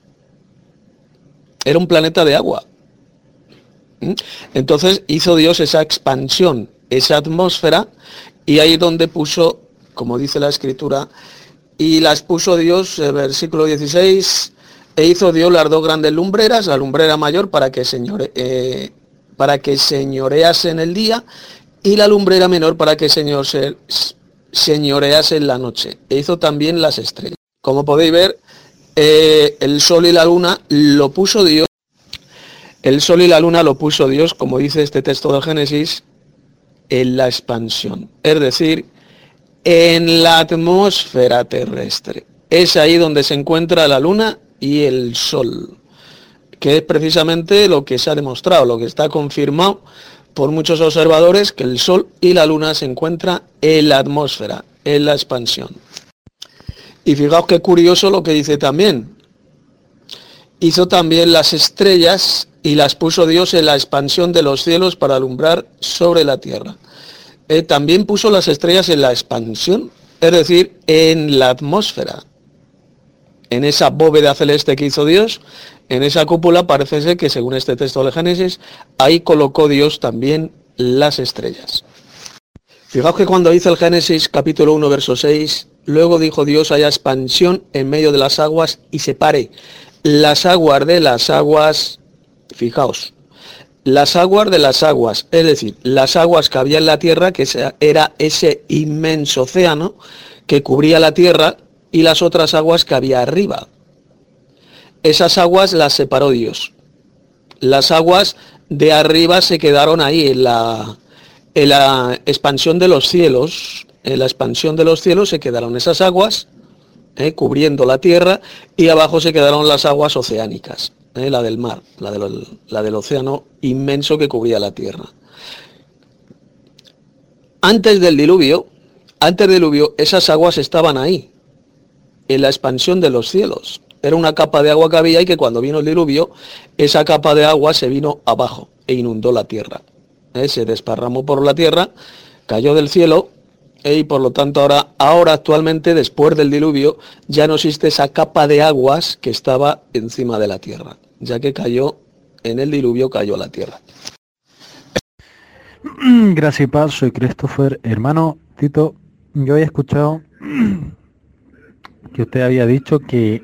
Era un planeta de agua. Entonces hizo Dios esa expansión, esa atmósfera, y ahí donde puso, como dice la Escritura, y las puso Dios, el versículo dieciséis, e hizo Dios las dos grandes lumbreras, la lumbrera mayor para que señore, eh, para que señorease en el día, y la lumbrera menor para que señor, se, señorease en la noche. E hizo también las estrellas. Como podéis ver, eh, el sol y la luna lo puso Dios. El sol y la luna lo puso Dios, como dice este texto del Génesis, en la expansión. Es decir, en la atmósfera terrestre. Es ahí donde se encuentra la luna y el sol, que es precisamente lo que se ha demostrado, lo que está confirmado por muchos observadores, que el sol y la luna se encuentran en la atmósfera, en la expansión. Y fijaos qué curioso lo que dice también. Hizo también las estrellas y las puso Dios en la expansión de los cielos para alumbrar sobre la tierra. Eh, también puso las estrellas en la expansión, es decir, en la atmósfera. En esa bóveda celeste que hizo Dios, en esa cúpula, parece ser que según este texto de Génesis, ahí colocó Dios también las estrellas. Fijaos que cuando dice el Génesis capítulo uno verso seis, luego dijo Dios: haya expansión en medio de las aguas y separe las aguas de las aguas. Fijaos, las aguas de las aguas, es decir, las aguas que había en la tierra, que era ese inmenso océano que cubría la tierra, y las otras aguas que había arriba. Esas aguas las separó Dios. Las aguas de arriba se quedaron ahí en la, en la expansión de los cielos. En la expansión de los cielos se quedaron esas aguas, eh, cubriendo la tierra, y abajo se quedaron las aguas oceánicas, eh, la del mar, la del, la del océano inmenso que cubría la tierra. Antes del diluvio, antes del diluvio, esas aguas estaban ahí, en la expansión de los cielos. Era una capa de agua que había, y que cuando vino el diluvio, esa capa de agua se vino abajo e inundó la tierra. ¿Eh? Se desparramó por la tierra, cayó del cielo, ¿eh? Y por lo tanto ahora, ahora actualmente, después del diluvio, ya no existe esa capa de aguas que estaba encima de la tierra, ya que cayó, en el diluvio cayó la tierra. Gracias y paz, soy Christopher. Hermano Tito, yo había escuchado que usted había dicho que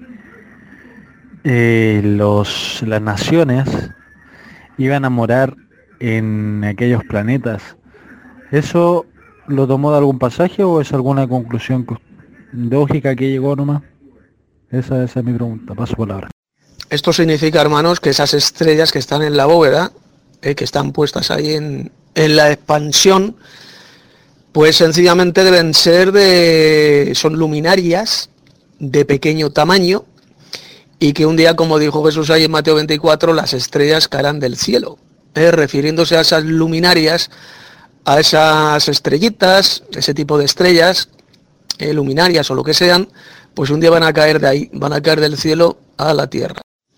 eh, los, las naciones iban a morar en aquellos planetas. ¿Eso lo tomó de algún pasaje o es alguna conclusión lógica que llegó nomás? Esa, esa es mi pregunta. Paso palabra. Esto significa, hermanos, que esas estrellas que están en la bóveda, eh, que están puestas ahí en, en la expansión, pues sencillamente deben ser de... son luminarias de pequeño tamaño, y que un día, como dijo Jesús ahí en Mateo veinticuatro, las estrellas caerán del cielo, eh, refiriéndose a esas luminarias, a esas estrellitas, ese tipo de estrellas, eh, luminarias o lo que sean, pues un día van a caer de ahí, van a caer del cielo a la tierra.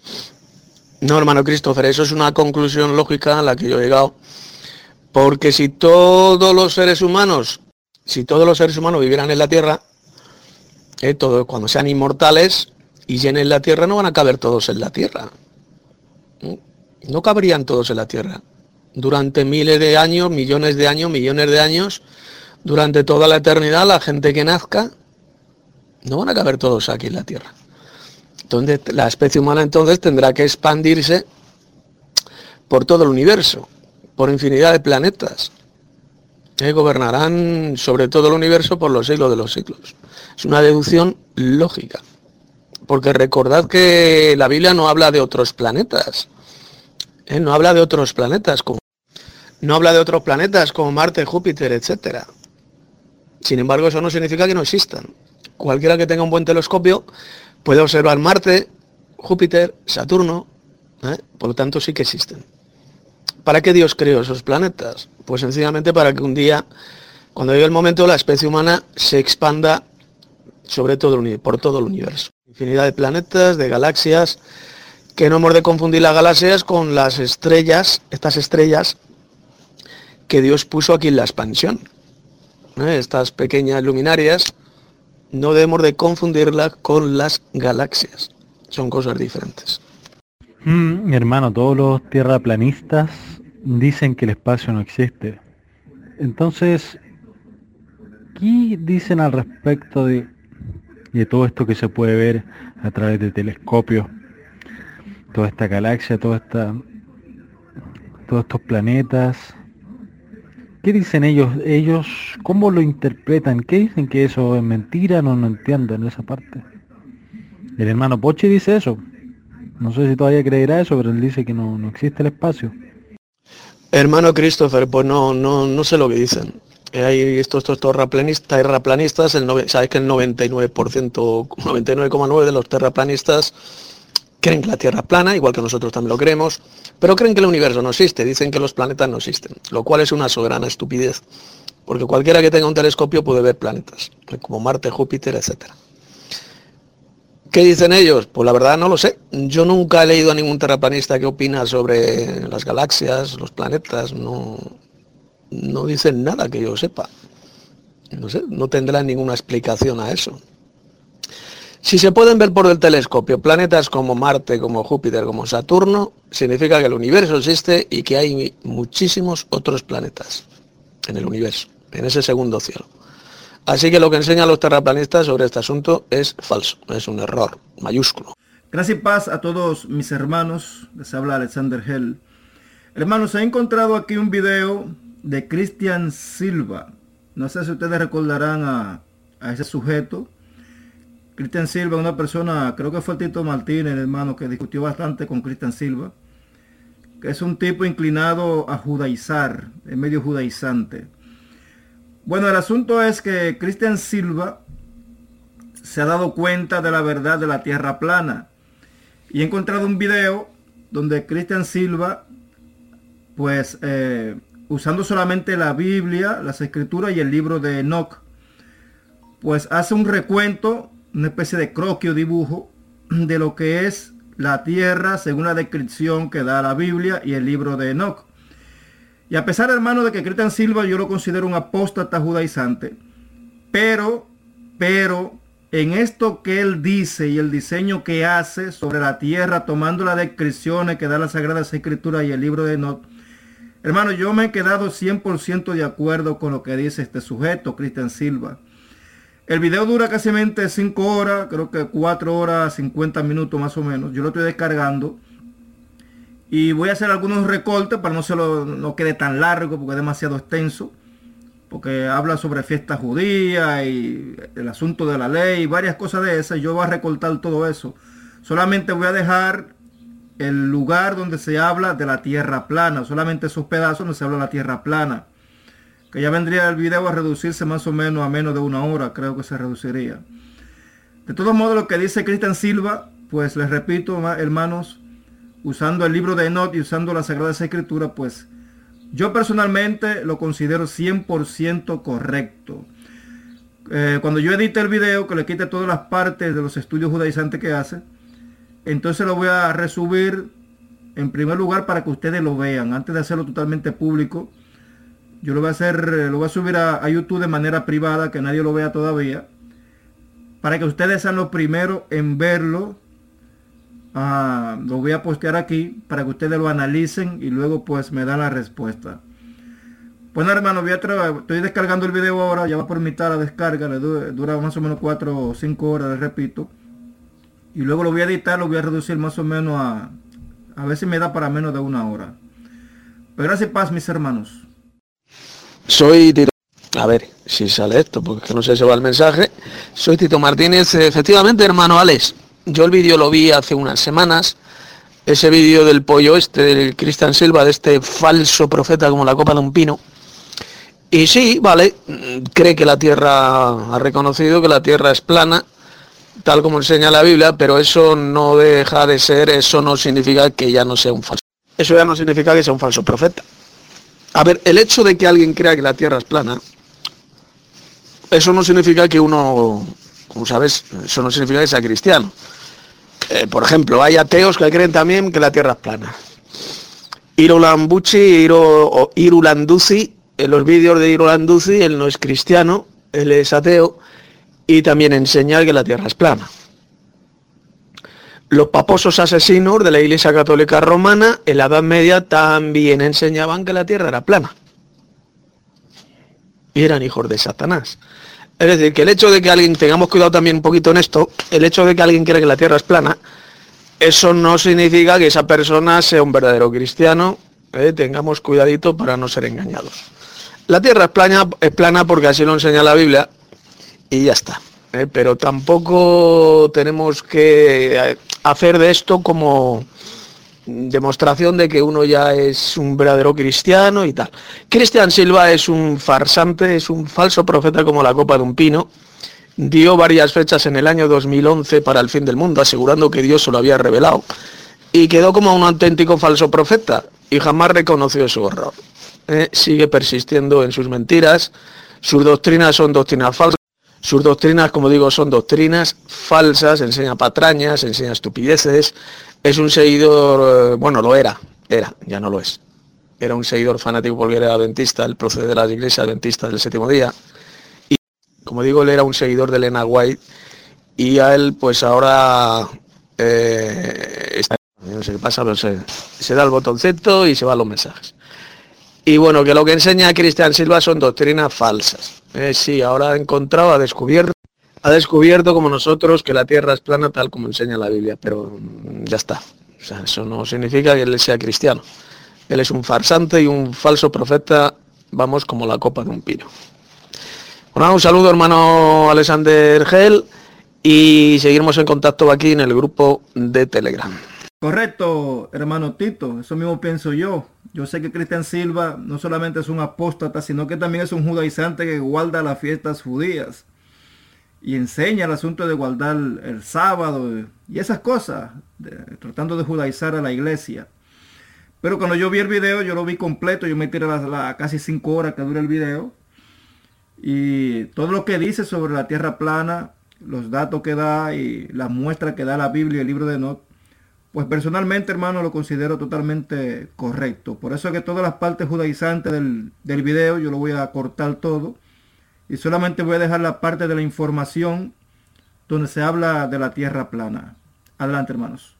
No, hermano Christopher, eso es una conclusión lógica a la que yo he llegado, porque si todos los seres humanos, si todos los seres humanos vivieran en la tierra, Eh, todo, cuando sean inmortales y llenen la tierra, no van a caber todos en la tierra. No cabrían todos en la tierra. Durante miles de años, millones de años, millones de años, durante toda la eternidad, la gente que nazca, no van a caber todos aquí en la tierra. Entonces, la especie humana entonces tendrá que expandirse por todo el universo, por infinidad de planetas. Eh, gobernarán sobre todo el universo por los siglos de los siglos. Es una deducción lógica, porque recordad que la Biblia no habla de otros planetas, ¿eh? no habla de otros planetas, como, no habla de otros planetas como Marte, Júpiter, etcétera. Sin embargo, eso no significa que no existan. Cualquiera que tenga un buen telescopio puede observar Marte, Júpiter, Saturno, ¿eh? por lo tanto sí que existen. ¿Para qué Dios creó esos planetas? Pues sencillamente para que un día, cuando llegue el momento, la especie humana se expanda sobre todo el uni- por todo el universo. Infinidad de planetas, de galaxias, que no hemos de confundir las galaxias con las estrellas, estas estrellas que Dios puso aquí en la expansión. ¿Eh? Estas pequeñas luminarias no debemos de confundirlas con las galaxias, son cosas diferentes. Mm, hermano, todos los tierraplanistas dicen que el espacio no existe. Entonces, ¿qué dicen al respecto de, de todo esto que se puede ver a través de telescopios? Toda esta galaxia, toda esta, todos estos planetas. ¿Qué dicen ellos? Ellos, ¿cómo lo interpretan? ¿Qué dicen que eso es mentira? No, no entiendo en esa parte. El hermano Pochi dice eso. No sé si todavía creerá eso, pero él dice que no, no existe el espacio. Hermano Christopher, pues no, no, no sé lo que dicen. Hay estos, estos terraplanistas, terraplanistas el nove, sabes que el noventa y nueve por ciento, noventa y nueve coma nueve por ciento de los terraplanistas creen que la Tierra es plana, igual que nosotros también lo creemos, pero creen que el universo no existe, dicen que los planetas no existen, lo cual es una soberana estupidez, porque cualquiera que tenga un telescopio puede ver planetas, como Marte, Júpiter, etcétera. ¿Qué dicen ellos? Pues la verdad no lo sé. Yo nunca he leído a ningún terraplanista que opina sobre las galaxias, los planetas, no, no dicen nada que yo sepa. No sé, no tendrán ninguna explicación a eso. Si se pueden ver por el telescopio planetas como Marte, como Júpiter, como Saturno, significa que el universo existe y que hay muchísimos otros planetas en el universo, en ese segundo cielo. Así que lo que enseñan los terraplanistas sobre este asunto es falso, es un error mayúsculo. Gracias y paz a todos mis hermanos, les habla Alexander Hell. Hermanos, he encontrado aquí un video de Cristian Silva. No sé si ustedes recordarán a, a ese sujeto. Cristian Silva, una persona, creo que fue Tito Martínez, hermano, que discutió bastante con Cristian Silva, que es un tipo inclinado a judaizar, es medio judaizante. Bueno, el asunto es que Cristian Silva se ha dado cuenta de la verdad de la Tierra plana. Y he encontrado un video donde Cristian Silva, pues, eh, usando solamente la Biblia, las Escrituras y el libro de Enoch, pues hace un recuento, una especie de croquis dibujo de lo que es la Tierra según la descripción que da la Biblia y el libro de Enoch. Y a pesar, hermano, de que Cristian Silva yo lo considero un apóstata judaizante, pero, pero, en esto que él dice y el diseño que hace sobre la tierra, tomando las descripciones que da la Sagrada Escritura y el libro de Enoch, hermano, yo me he quedado cien por ciento de acuerdo con lo que dice este sujeto, Cristian Silva. El video dura casi cinco horas, creo que cuatro horas cincuenta minutos más o menos. Yo lo estoy descargando. Y voy a hacer algunos recortes para no se lo no quede tan largo porque es demasiado extenso. Porque habla sobre fiesta judía y el asunto de la ley y varias cosas de esas. Yo voy a recortar todo eso. Solamente voy a dejar el lugar donde se habla de la tierra plana. Solamente esos pedazos donde se habla de la tierra plana. Que ya vendría el video a reducirse más o menos a menos de una hora. Creo que se reduciría. De todos modos, lo que dice Cristian Silva, pues les repito, hermanos, usando el libro de Enoch y usando las Sagradas Escrituras, pues yo personalmente lo considero cien por ciento correcto. Eh, cuando yo edite el video, que le quite todas las partes de los estudios judaizantes que hace, entonces lo voy a resubir en primer lugar para que ustedes lo vean. Antes de hacerlo totalmente público, yo lo voy a hacer, lo voy a subir a, a YouTube de manera privada, que nadie lo vea todavía, para que ustedes sean los primeros en verlo. Ah, lo voy a postear aquí para que ustedes lo analicen y luego pues me dan la respuesta. Bueno, hermano, voy a estoy descargando el video ahora, ya va por mitad la descarga, le dura, dura más o menos cuatro o cinco horas, les repito. Y luego lo voy a editar, lo voy a reducir más o menos a, a ver si me da para menos de una hora. Pero gracias, paz, mis hermanos. Soy Tito. A ver si sale esto, porque es que no sé si va el mensaje. Soy Tito Martínez, efectivamente, hermano Alex. Yo el vídeo lo vi hace unas semanas, ese vídeo del pollo este, del Cristian Silva, de este falso profeta como la copa de un pino. Y sí, vale, cree que la Tierra, ha reconocido que la Tierra es plana, tal como enseña la Biblia, pero eso no deja de ser, eso no significa que ya no sea un falso. Eso ya no significa que sea un falso profeta. A ver, el hecho de que alguien crea que la Tierra es plana, eso no significa que uno Como sabes, eso no significa que sea cristiano. Eh, por ejemplo, hay ateos que creen también que la Tierra es plana. Irulanbuchi, Iro, Irulanduzi, en los vídeos de Irulanduzi, él no es cristiano, él es ateo, y también enseña que la Tierra es plana. Los paposos asesinos de la Iglesia Católica Romana en la Edad Media también enseñaban que la Tierra era plana. Y eran hijos de Satanás. Es decir, que el hecho de que alguien, tengamos cuidado también un poquito en esto, el hecho de que alguien crea que la Tierra es plana, eso no significa que esa persona sea un verdadero cristiano, ¿eh? Tengamos cuidadito para no ser engañados. La Tierra es plana, es plana porque así lo enseña la Biblia y ya está. ¿eh? Pero tampoco tenemos que hacer de esto como demostración de que uno ya es un verdadero cristiano y tal. Cristian Silva es un farsante, es un falso profeta como la copa de un pino. Dio varias fechas en el año dos mil once para el fin del mundo, asegurando que Dios se lo había revelado, y quedó como un auténtico falso profeta, y jamás reconoció su error. Eh, sigue persistiendo en sus mentiras, sus doctrinas son doctrinas falsas, sus doctrinas, como digo, son doctrinas falsas, enseña patrañas, enseña estupideces, es un seguidor, eh, bueno, lo era, era, ya no lo es, era un seguidor fanático porque era adventista, él procede de la iglesia adventista del séptimo día. Como digo, él era un seguidor de Elena White y a él pues ahora eh, está, no sé qué pasa, pero se, se da el botoncito y se van los mensajes. Y bueno, que lo que enseña Cristian Silva son doctrinas falsas. Eh, sí, ahora ha encontrado, ha descubierto, ha descubierto como nosotros que la Tierra es plana tal como enseña la Biblia, pero ya está. O sea, eso no significa que él sea cristiano. Él es un farsante y un falso profeta, vamos, como la copa de un pino. Bueno, un saludo, hermano Alexander Gel, y seguiremos en contacto aquí en el grupo de Telegram. Correcto, hermano Tito, eso mismo pienso yo. Yo sé que Cristian Silva no solamente es un apóstata, sino que también es un judaizante que guarda las fiestas judías y enseña el asunto de guardar el sábado y esas cosas, de, tratando de judaizar a la iglesia. Pero cuando yo vi el video, yo lo vi completo, yo me tiré las la, casi cinco horas que dura el video. Y todo lo que dice sobre la tierra plana, los datos que da y la muestra que da la Biblia y el libro de Enoch, pues personalmente, hermano, lo considero totalmente correcto. Por eso es que todas las partes judaizantes del, del video yo lo voy a cortar todo. Y solamente voy a dejar la parte de la información donde se habla de la tierra plana. Adelante, hermanos.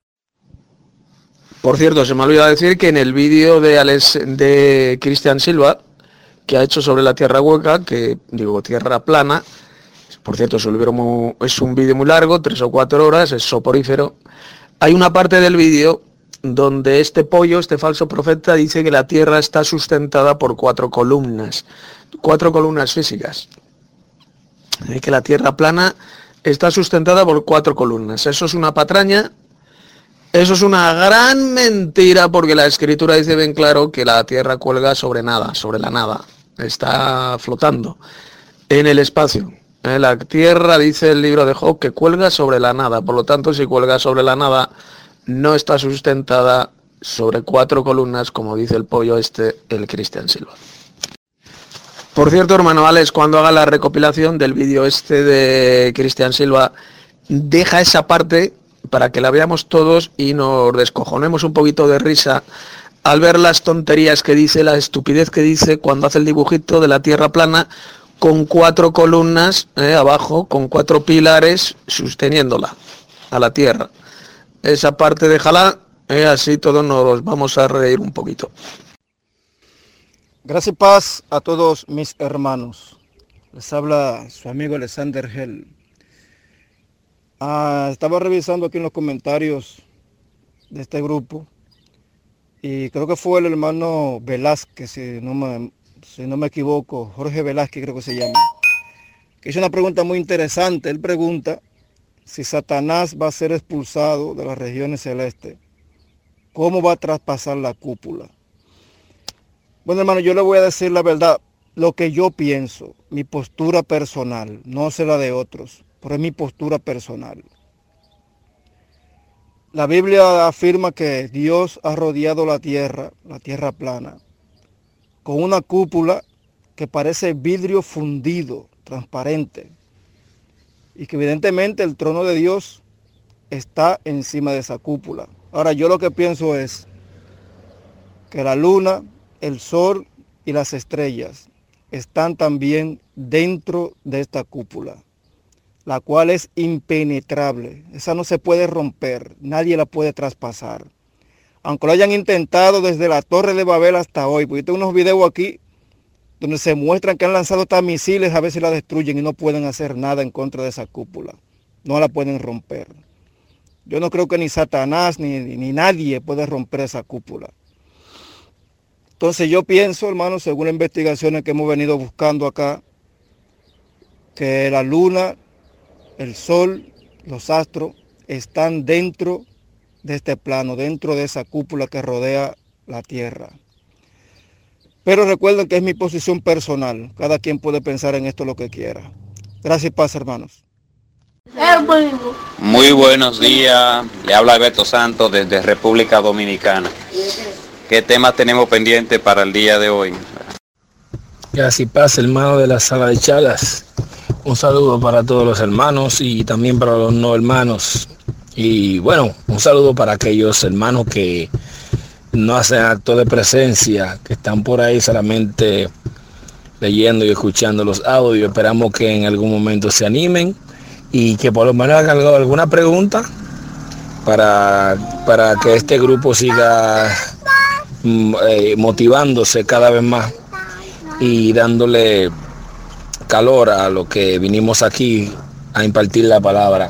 Por cierto, se me olvidó decir que en el vídeo de, Alex, de Cristian Silva, que ha hecho sobre la tierra hueca, que digo tierra plana, por cierto es un, libro muy, es un vídeo muy largo, tres o cuatro horas, es soporífero. Hay una parte del vídeo donde este pollo, este falso profeta, dice que la tierra está sustentada por cuatro columnas, cuatro columnas físicas, y que la tierra plana está sustentada por cuatro columnas. Eso es una patraña. Eso es una gran mentira porque la escritura dice bien claro que la tierra cuelga sobre nada, sobre la nada, está flotando en el espacio. La tierra, dice el libro de Job, que cuelga sobre la nada, por lo tanto si cuelga sobre la nada no está sustentada sobre cuatro columnas como dice el pollo este, el Cristian Silva. Por cierto, hermano Alex, cuando haga la recopilación del vídeo este de Cristian Silva, deja esa parte para que la veamos todos y nos descojonemos un poquito de risa al ver las tonterías que dice, la estupidez que dice cuando hace el dibujito de la tierra plana con cuatro columnas eh, abajo, con cuatro pilares sosteniéndola a la tierra. Esa parte déjala, eh, así todos nos vamos a reír un poquito. Gracias y paz a todos mis hermanos. Les habla su amigo Alexander Gel. Ah, estaba revisando aquí en los comentarios de este grupo y creo que fue el hermano Velázquez, si no me, si no me equivoco, Jorge Velázquez creo que se llama, que hizo una pregunta muy interesante. Él pregunta si Satanás va a ser expulsado de las regiones celestes, ¿cómo va a traspasar la cúpula? Bueno, hermano, yo le voy a decir la verdad, lo que yo pienso, mi postura personal, no sé la de otros, pero es mi postura personal. La Biblia afirma que Dios ha rodeado la tierra, la tierra plana, con una cúpula que parece vidrio fundido, transparente. y que evidentemente el trono de Dios está encima de esa cúpula. Ahora, yo lo que pienso es que la luna, el sol y las estrellas están también dentro de esta cúpula, la cual es impenetrable. Esa no se puede romper, nadie la puede traspasar. Aunque lo hayan intentado desde la Torre de Babel hasta hoy, porque yo tengo unos videos aquí donde se muestran que han lanzado hasta misiles a ver si la destruyen y no pueden hacer nada en contra de esa cúpula. No la pueden romper. Yo no creo que ni Satanás ni, ni nadie puede romper esa cúpula. Entonces yo pienso, hermano, según las investigaciones que hemos venido buscando acá, que la luna, el sol, los astros están dentro de este plano, dentro de esa cúpula que rodea la tierra. Pero recuerden que es mi posición personal. Cada quien puede pensar en esto lo que quiera. Gracias y paz, hermanos. Muy buenos días. Le habla Alberto Santos desde República Dominicana. ¿Qué temas tenemos pendientes para el día de hoy? Gracias y paz, hermano de la sala de charlas. Un saludo para todos los hermanos y también para los no hermanos. Y bueno, un saludo para aquellos hermanos que no hacen acto de presencia, que están por ahí solamente leyendo y escuchando los audios. Esperamos que en algún momento se animen y que por lo menos hagan alguna pregunta para, para que este grupo siga eh, motivándose cada vez más y dándole calor a lo que vinimos aquí a impartir la palabra.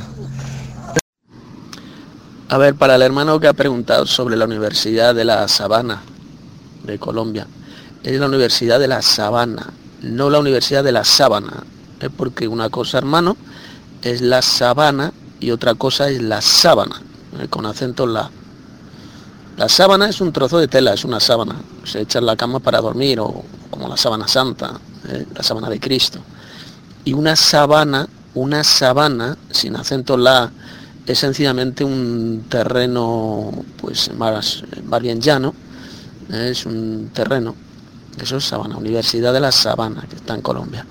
A ver, para el hermano que ha preguntado sobre la Universidad de la Sabana de Colombia, es la Universidad de la Sabana, no la Universidad de la Sábana, es porque una cosa, hermano, es la sabana y otra cosa es la sábana, ¿eh? Con acento en la. La sábana es un trozo de tela, es una sábana, se echa en la cama para dormir, o como la sábana santa, ¿eh? La sábana de Cristo. Y una sabana, una sabana, sin acento en la, es sencillamente un terreno pues más, más bien llano, ¿eh? Es un terreno, eso es Sabana, Universidad de la Sabana, que está en Colombia.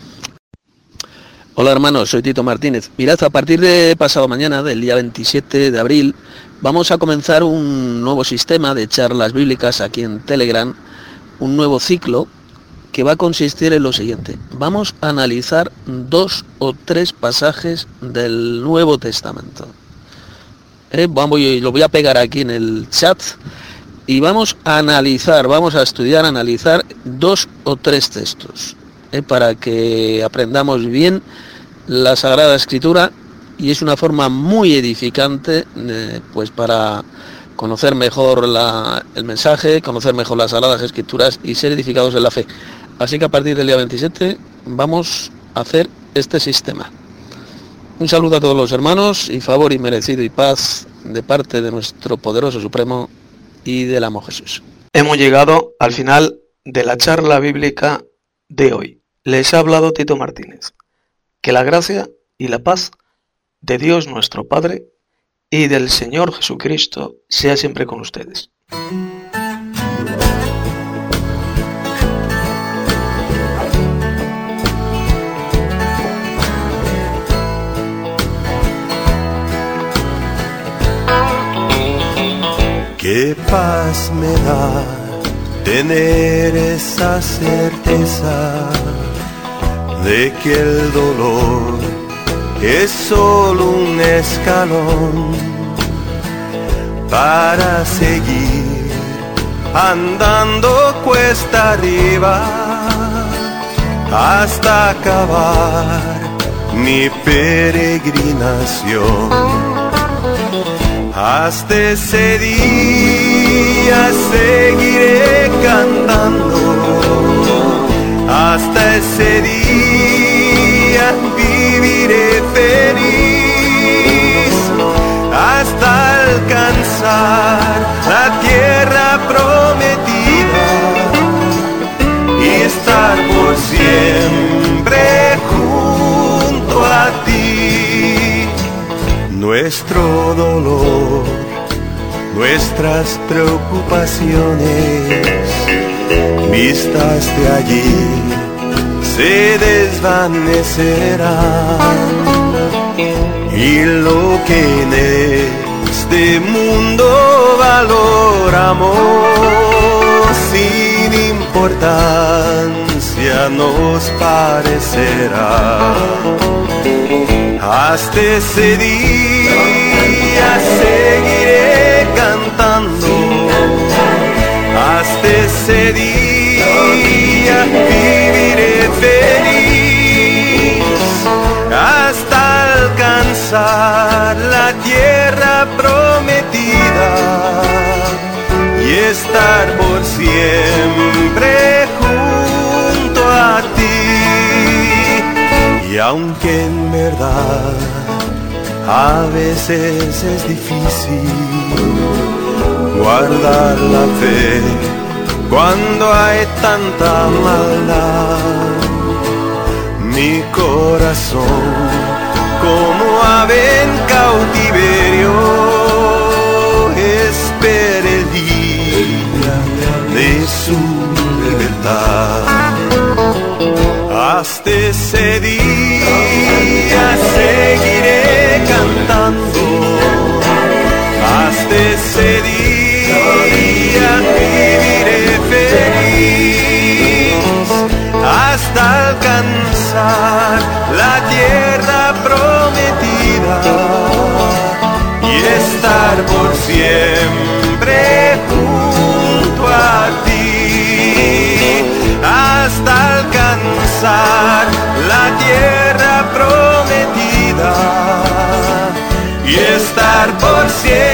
Hola hermanos, soy Tito Martínez. Mirad, a partir de pasado mañana, del día veintisiete de abril, vamos a comenzar un nuevo sistema de charlas bíblicas aquí en Telegram, un nuevo ciclo que va a consistir en lo siguiente. Vamos a analizar dos o tres pasajes del Nuevo Testamento. Eh, vamos, lo voy a pegar aquí en el chat y vamos a analizar, vamos a estudiar, analizar dos o tres textos eh, para que aprendamos bien la Sagrada Escritura, y es una forma muy edificante eh, pues para conocer mejor la, el mensaje, conocer mejor las Sagradas Escrituras y ser edificados en la fe. Así que a partir del día veintisiete vamos a hacer este sistema. Un saludo a todos los hermanos y favor inmerecido y paz de parte de nuestro poderoso Supremo y del amo Jesús. Hemos llegado al final de la charla bíblica de hoy. Les ha hablado Tito Martínez. Que la gracia y la paz de Dios nuestro Padre y del Señor Jesucristo sea siempre con ustedes. Qué paz me da tener esa certeza de que el dolor es solo un escalón para seguir andando cuesta arriba hasta acabar mi peregrinación. Hasta ese día seguiré cantando, hasta ese día viviré feliz, hasta alcanzar la tierra prometida y estar por siempre junto a ti. Nuestro dolor, nuestras preocupaciones, vistas de allí, se desvanecerán y lo que en este mundo valoramos sin importancia nos parecerá. Hasta ese día seguiré cantando, hasta ese día viviré feliz, hasta alcanzar la tierra prometida y estar por siempre junto a ti. Y aunque en verdad a veces es difícil guardar la fe cuando hay tanta maldad, mi corazón como ave en cautiverio espera el día de su libertad. Hasta ese día seguiré cantando, hasta ese día viviré feliz, hasta alcanzar la tierra prometida y estar por siempre junto a ti, hasta alcanzar la tierra prometida y estar por siempre